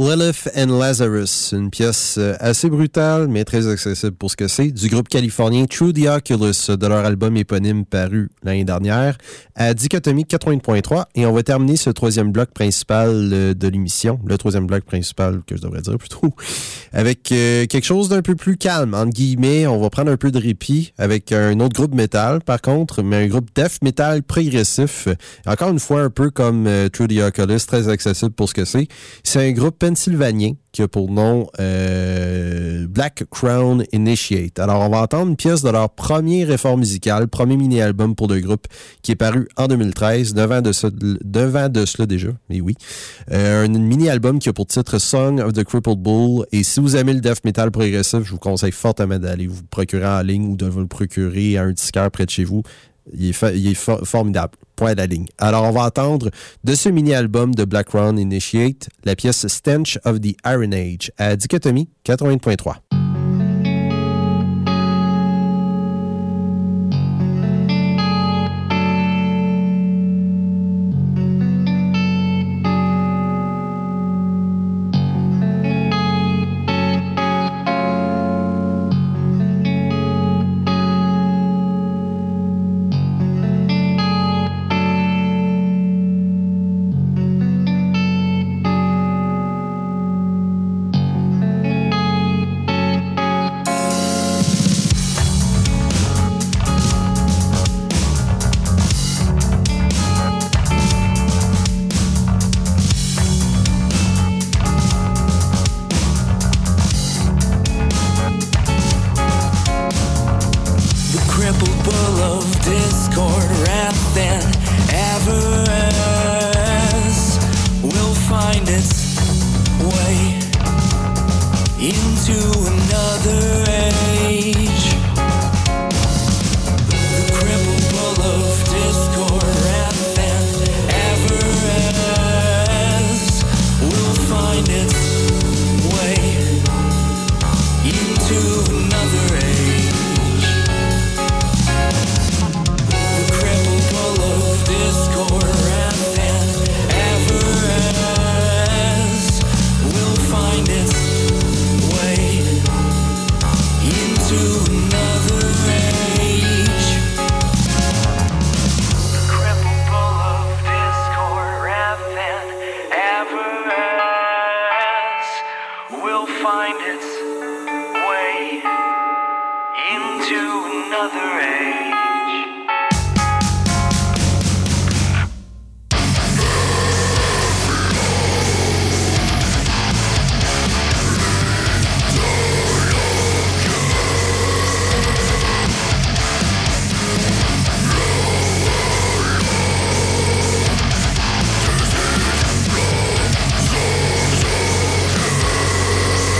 Lilith and Lazarus, une pièce assez brutale, mais très accessible pour ce que c'est, du groupe californien Through the Oculus, de leur album éponyme paru l'année dernière, à Dichotomie quatre-vingts point trois. Et on va terminer ce troisième bloc principal de l'émission, le troisième bloc principal que je devrais dire plutôt, avec euh, quelque chose d'un peu plus calme, entre guillemets. On va prendre un peu de répit avec un autre groupe métal, par contre, mais un groupe death metal progressif. Encore une fois, un peu comme euh, Through the Oculus, très accessible pour ce que c'est. C'est un groupe pennsylvanien qui a pour nom euh, Black Crown Initiate. Alors, on va entendre une pièce de leur premier effort musical, premier mini-album pour le groupe, qui est paru en deux mille treize, neuf ans de, ce, neuf ans de cela déjà, mais oui. Euh, un mini-album qui a pour titre Song of the Crippled Bull. Et si vous aimez le death metal progressif, je vous conseille fortement d'aller vous procurer en ligne ou de vous le procurer à un disquaire près de chez vous. Il est, fa- il est for- formidable. Point à la ligne. Alors, on va entendre de ce mini-album de Black Crown Initiate la pièce Stench of the Iron Age à Dichotomie quatre-vingts point trois.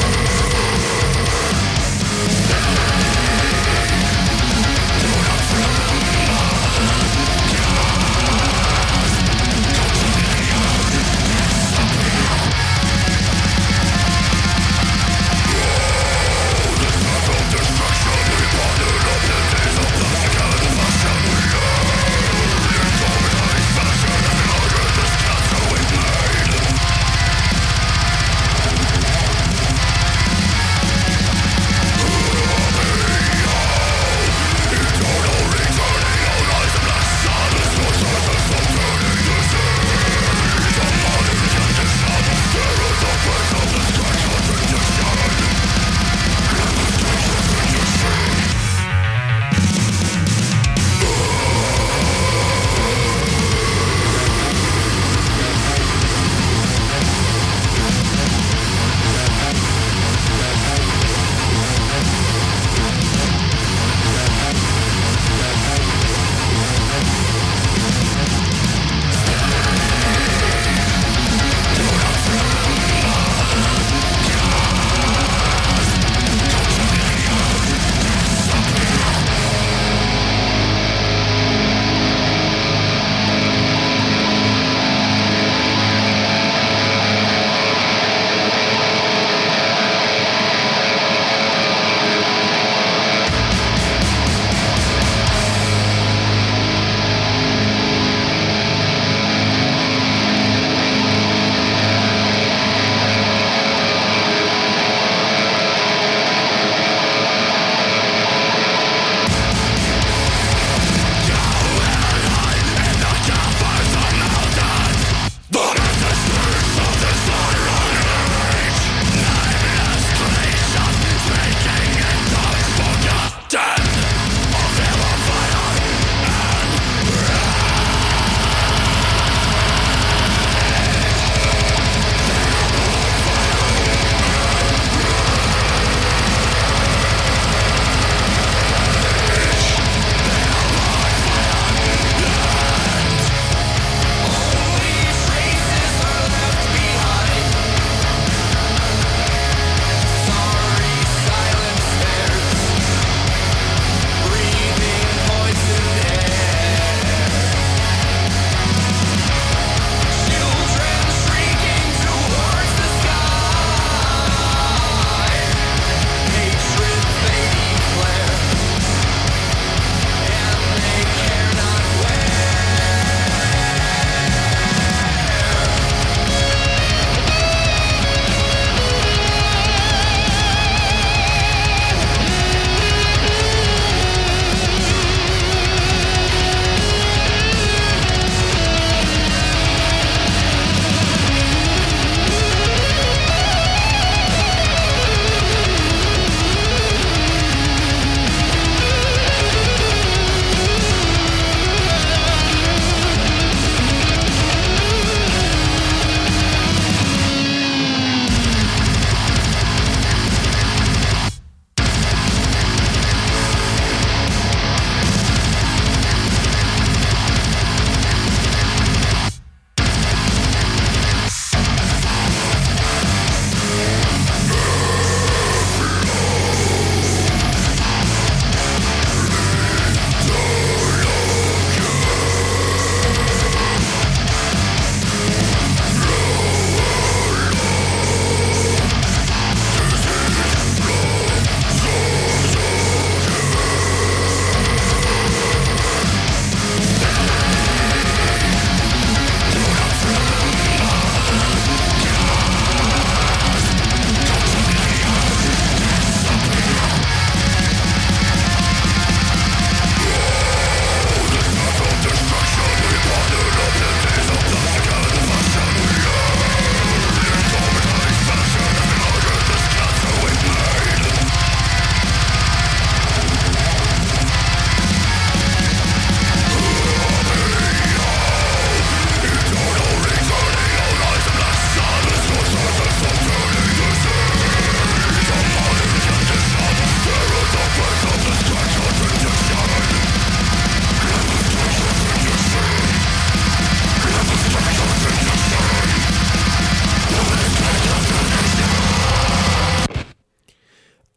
We'll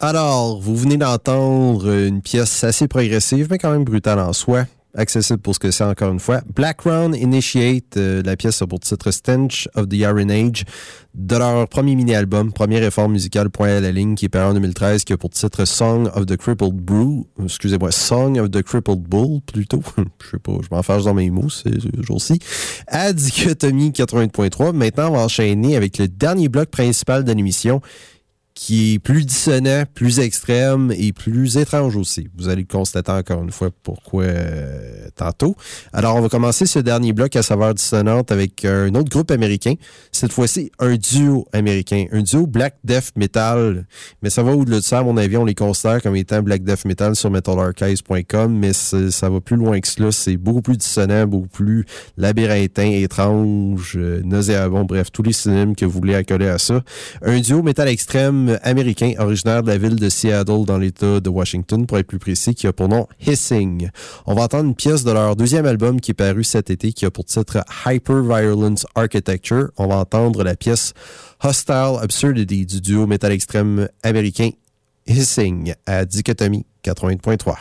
Alors, vous venez d'entendre une pièce assez progressive, mais quand même brutale en soi. Accessible pour ce que c'est encore une fois. Black Crown Initiate, euh, la pièce a pour titre Stench of the Iron Age, de leur premier mini-album, premier effort musical point à la ligne, qui est paru en deux mille treize, qui a pour titre Song of the Crippled Brew, excusez-moi, Song of the Crippled Bull, plutôt. Je sais pas, je m'en fâche dans mes mots ces jours-ci. À Dichotomie quatre-vingt-huit point trois, maintenant on va enchaîner avec le dernier bloc principal de l'émission, qui est plus dissonant, plus extrême et plus étrange aussi. Vous allez le constater encore une fois pourquoi euh, tantôt. Alors, on va commencer ce dernier bloc à saveur dissonante avec un autre groupe américain. Cette fois-ci, un duo américain. Un duo Black Death Metal. Mais ça va au-delà de ça, à mon avis, on les considère comme étant Black Death Metal sur metal archives point com, mais ça va plus loin que cela. C'est beaucoup plus dissonant, beaucoup plus labyrinthin, étrange, euh, nauséabond, bref, tous les synonymes que vous voulez accoler à ça. Un duo métal extrême américain originaire de la ville de Seattle dans l'État de Washington, pour être plus précis, qui a pour nom Hissing. On va entendre une pièce de leur deuxième album qui est paru cet été, qui a pour titre Hyper Violence Architecture. On va entendre la pièce Hostile Absurdity du duo métal extrême américain Hissing à Dichotomie quatre-vingt-huit point trois.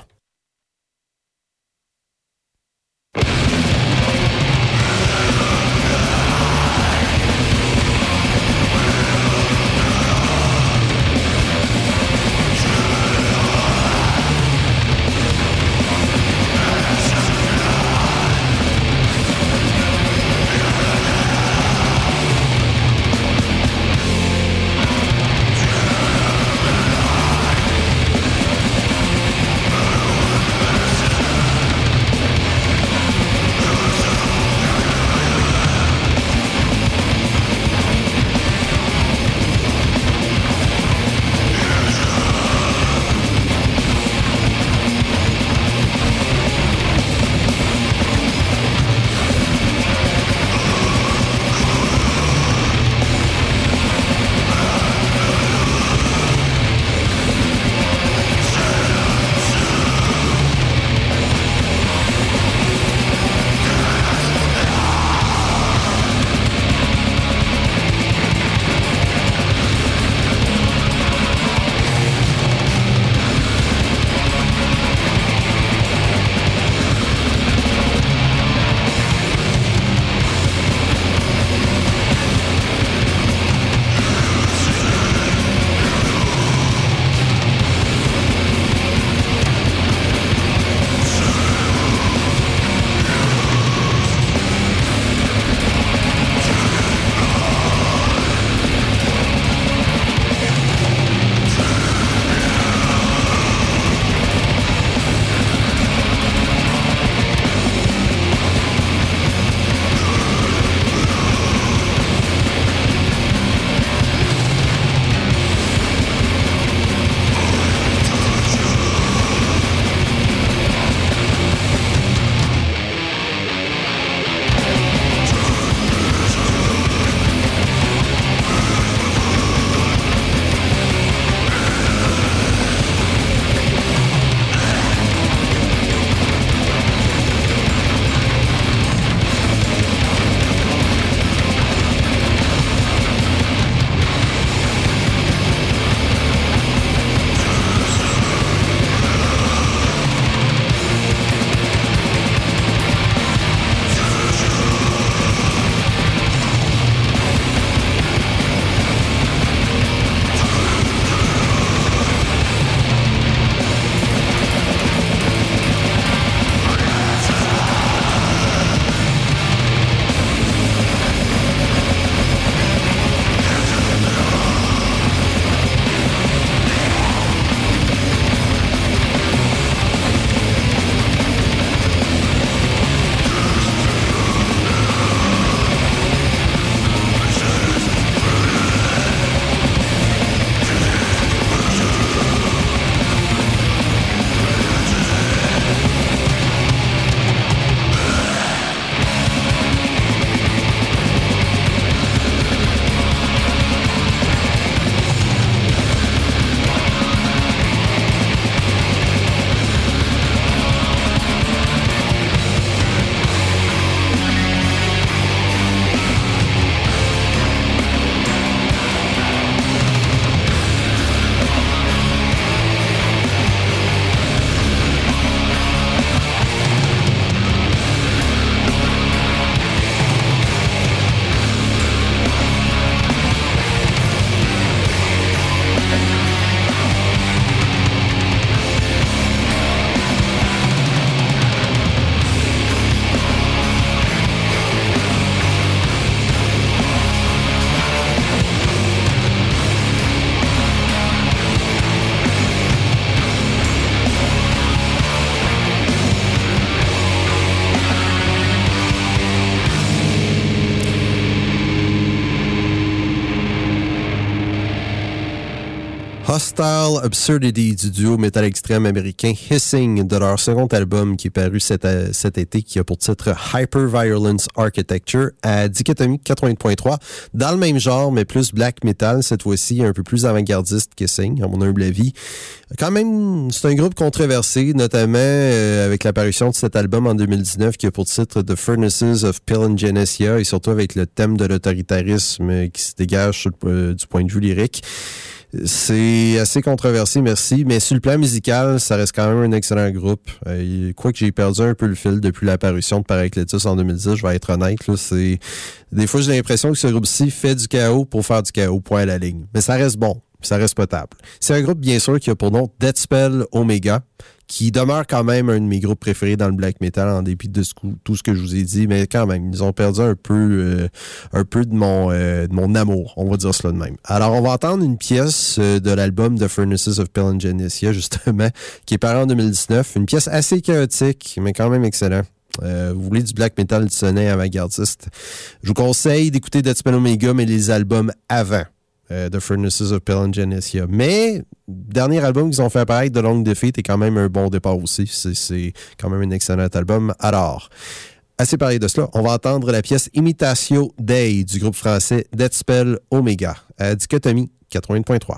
Hostile Absurdity du duo métal extrême américain Hissing de leur second album qui est paru cet, cet été, qui a pour titre Hyper Violence Architecture à Dichotomie quatre-vingt point trois. Dans le même genre, mais plus black metal cette fois-ci, un peu plus avant-gardiste qu'Hissing, à mon humble avis. Quand même, c'est un groupe controversé, notamment euh, avec l'apparition de cet album en deux mille dix-neuf qui a pour titre The Furnaces of Palingenesia et surtout avec le thème de l'autoritarisme qui se dégage sur le, euh, du point de vue lyrique. C'est assez controversé, merci, mais sur le plan musical, ça reste quand même un excellent groupe. Euh, Quoique j'ai perdu un peu le fil depuis l'apparition de Paracletus en deux mille dix, je vais être honnête. Là, c'est... Des fois, j'ai l'impression que ce groupe-ci fait du chaos pour faire du chaos, point à la ligne. Mais ça reste bon, ça reste potable. C'est un groupe, bien sûr, qui a pour nom Deathspell Omega, qui demeure quand même un de mes groupes préférés dans le black metal, en dépit de ce, tout ce que je vous ai dit, mais quand même, ils ont perdu un peu euh, un peu de mon euh, de mon amour, on va dire cela de même. Alors, on va entendre une pièce euh, de l'album The Furnaces of Palingenesia, justement, qui est paru en deux mille dix-neuf, une pièce assez chaotique, mais quand même excellent. Euh, vous voulez du black metal du sonnet avant-gardiste, je vous conseille d'écouter Deathspell Omega, mais les albums avant. Euh, The Furnaces of Palingenesia. Mais, dernier album qu'ils ont fait apparaître, The Long Defeat, est quand même un bon départ aussi. C'est, c'est quand même un excellent album. Alors, assez parlé de cela, on va entendre la pièce Imitatio Dei du groupe français Deathspell Omega à Dichotomie quatre-vingt point trois.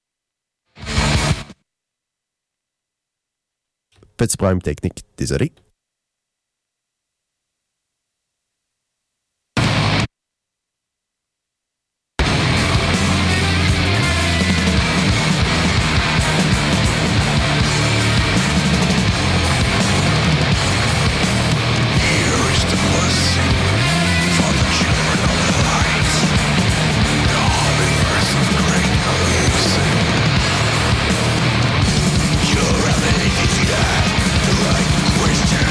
Petit problème technique, désolé. Question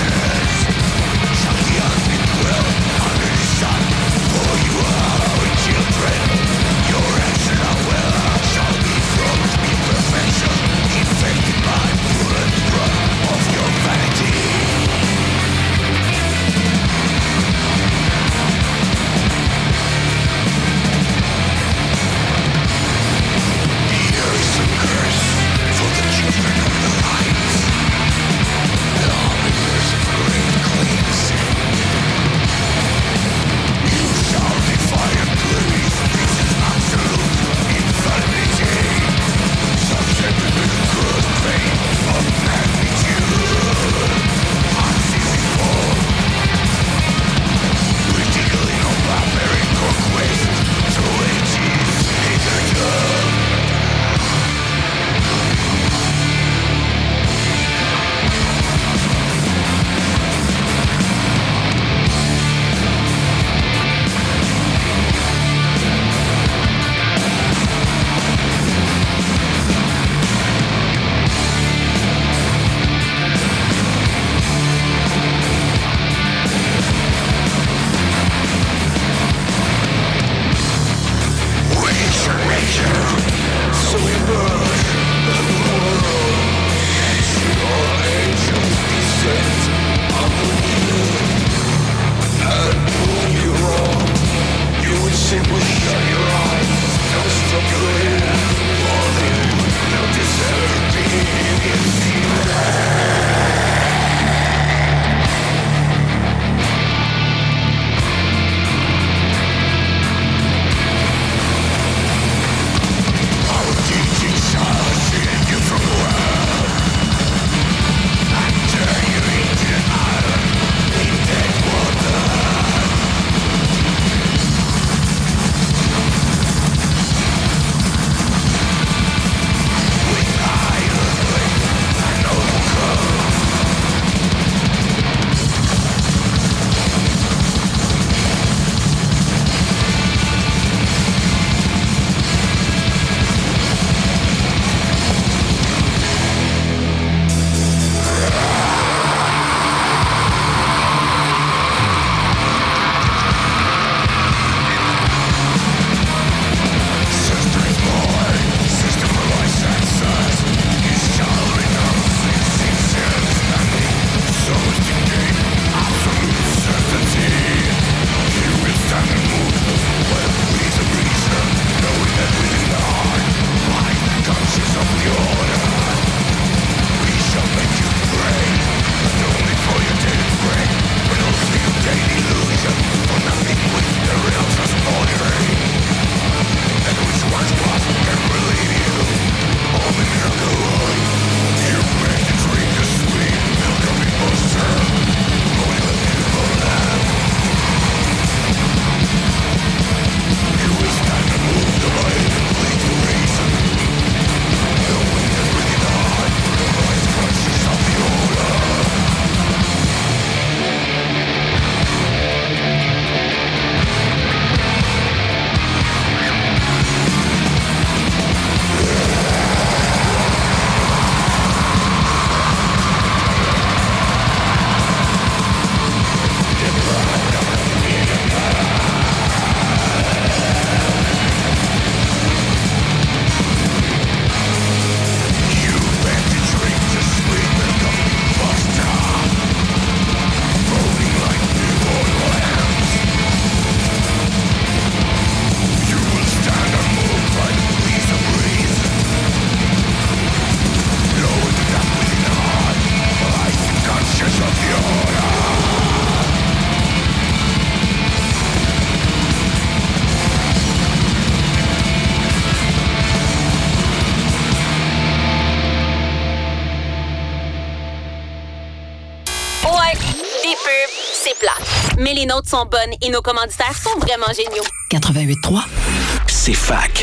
plate. Mais les nôtres sont bonnes et nos commanditaires sont vraiment géniaux. quatre-vingt-huit trois, c'est fac.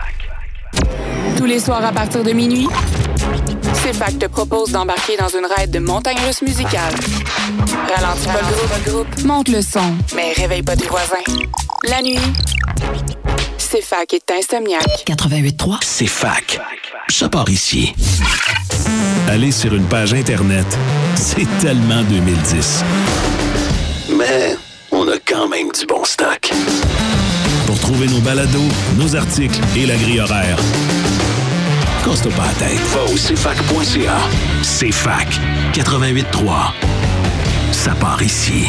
Tous les soirs à partir de minuit, c'est fac te propose d'embarquer dans une ride de montagne russe musicale. Ralentis pas le groupe, monte le son, mais réveille pas tes voisins. La nuit, c'est fac est insomniaque. quatre-vingt-huit trois, c'est fac. Ça part ici. Aller sur une page Internet, c'est tellement deux mille dix. Mais on a quand même du bon stock. Pour trouver nos balados, nos articles et la grille horaire, casse-toi pas la tête. Va au c fac point c a. C'est fac. quatre-vingt-huit trois. Ça part ici.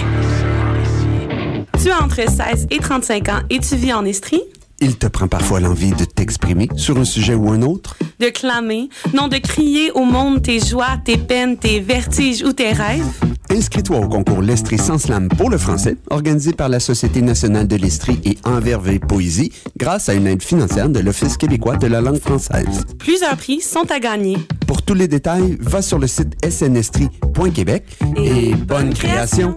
Tu as entre seize et trente-cinq ans et tu vis en Estrie? Il te prend parfois l'envie de t'exprimer sur un sujet ou un autre? De clamer, non de crier au monde tes joies, tes peines, tes vertiges ou tes rêves? Inscris-toi au concours L'Estrie sans slam pour le français, organisé par la Société nationale de l'Estrie et Envervé Poésie, grâce à une aide financière de l'Office québécois de la langue française. Plusieurs prix sont à gagner. Pour tous les détails, va sur le site s n estrie point québec et, et bonne création!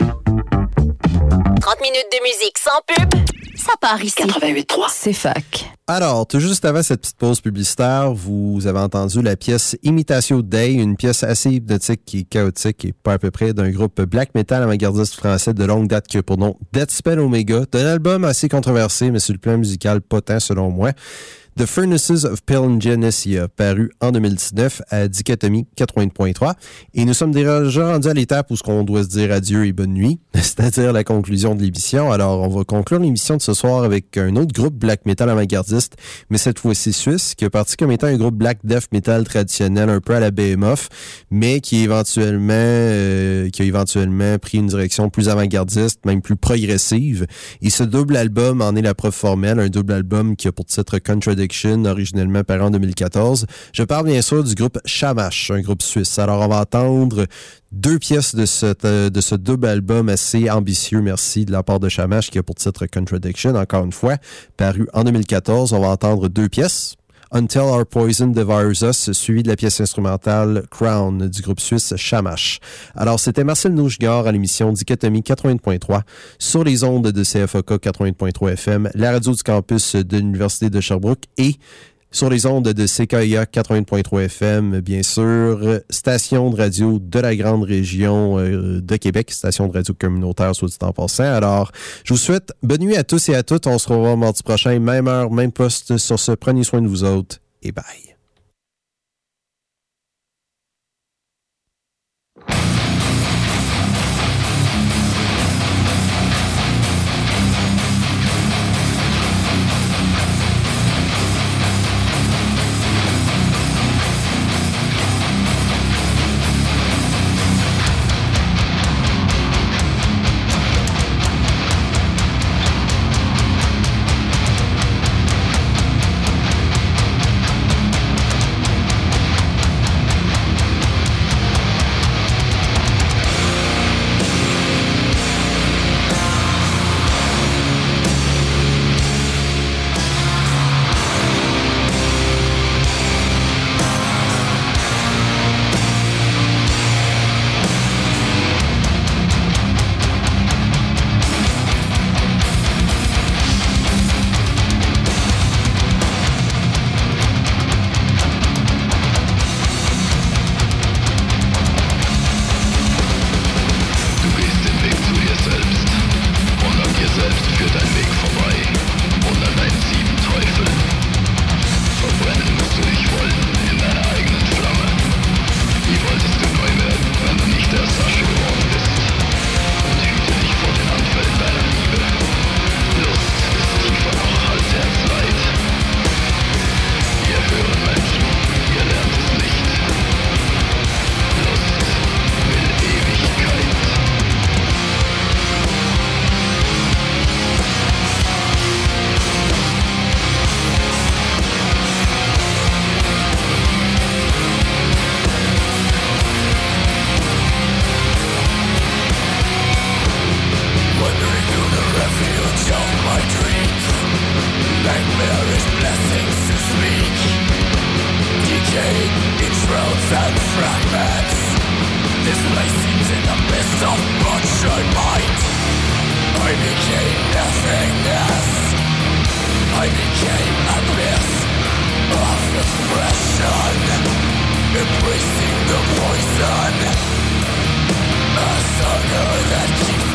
trente minutes de musique sans pub, ça part ici. quatre-vingt-huit trois, c'est fac. Alors, tout juste avant cette petite pause publicitaire, vous avez entendu la pièce Imitatio Dei, une pièce assez hypnotique et chaotique et pas à peu près d'un groupe black metal avant-gardiste français de longue date qui a pour nom Deathspell Omega, d'un album assez controversé, mais sur le plan musical pas tant selon moi. The Furnaces of Palingenesia, paru en deux mille dix-neuf à Dichotomie quatre-vingt-huit point trois. Et nous sommes déjà rendus à l'étape où ce qu'on doit se dire adieu et bonne nuit, c'est-à-dire la conclusion de l'émission. Alors, on va conclure l'émission de ce soir avec un autre groupe black metal avant-gardiste, mais cette fois-ci suisse, qui est parti comme étant un groupe black death metal traditionnel, un peu à la Behemoth, mais qui éventuellement, euh, qui a éventuellement pris une direction plus avant-gardiste, même plus progressive. Et ce double album en est la preuve formelle, un double album qui a pour titre Contradiction, originellement paru en deux mille quatorze. Je parle bien sûr du groupe Shamash, un groupe suisse. Alors, on va entendre deux pièces de ce, de ce double album assez ambitieux, merci, de la part de Shamash, qui a pour titre Contradiction, encore une fois, paru en deux mille quatorze. On va entendre deux pièces. Until Our Poison Devours Us, suivi de la pièce instrumentale Crown du groupe suisse Shamash. Alors, c'était Marcel Nougigard à l'émission Dichotomie quatre-vingt-huit point trois sur les ondes de C F A K quatre-vingt-huit point trois F M, la radio du campus de l'Université de Sherbrooke et sur les ondes de C K I A quatre-vingt-huit point trois F M, bien sûr, station de radio de la grande région euh, de Québec, station de radio communautaire, soit dit en passant. Alors, je vous souhaite bonne nuit à tous et à toutes. On se revoit mardi prochain, même heure, même poste. Sur ce, prenez soin de vous autres et bye. Fragments. This place seems in the midst of bloodshed mind. I became nothingness. I became a abyss of depression, embracing the poison, a sucker that keeps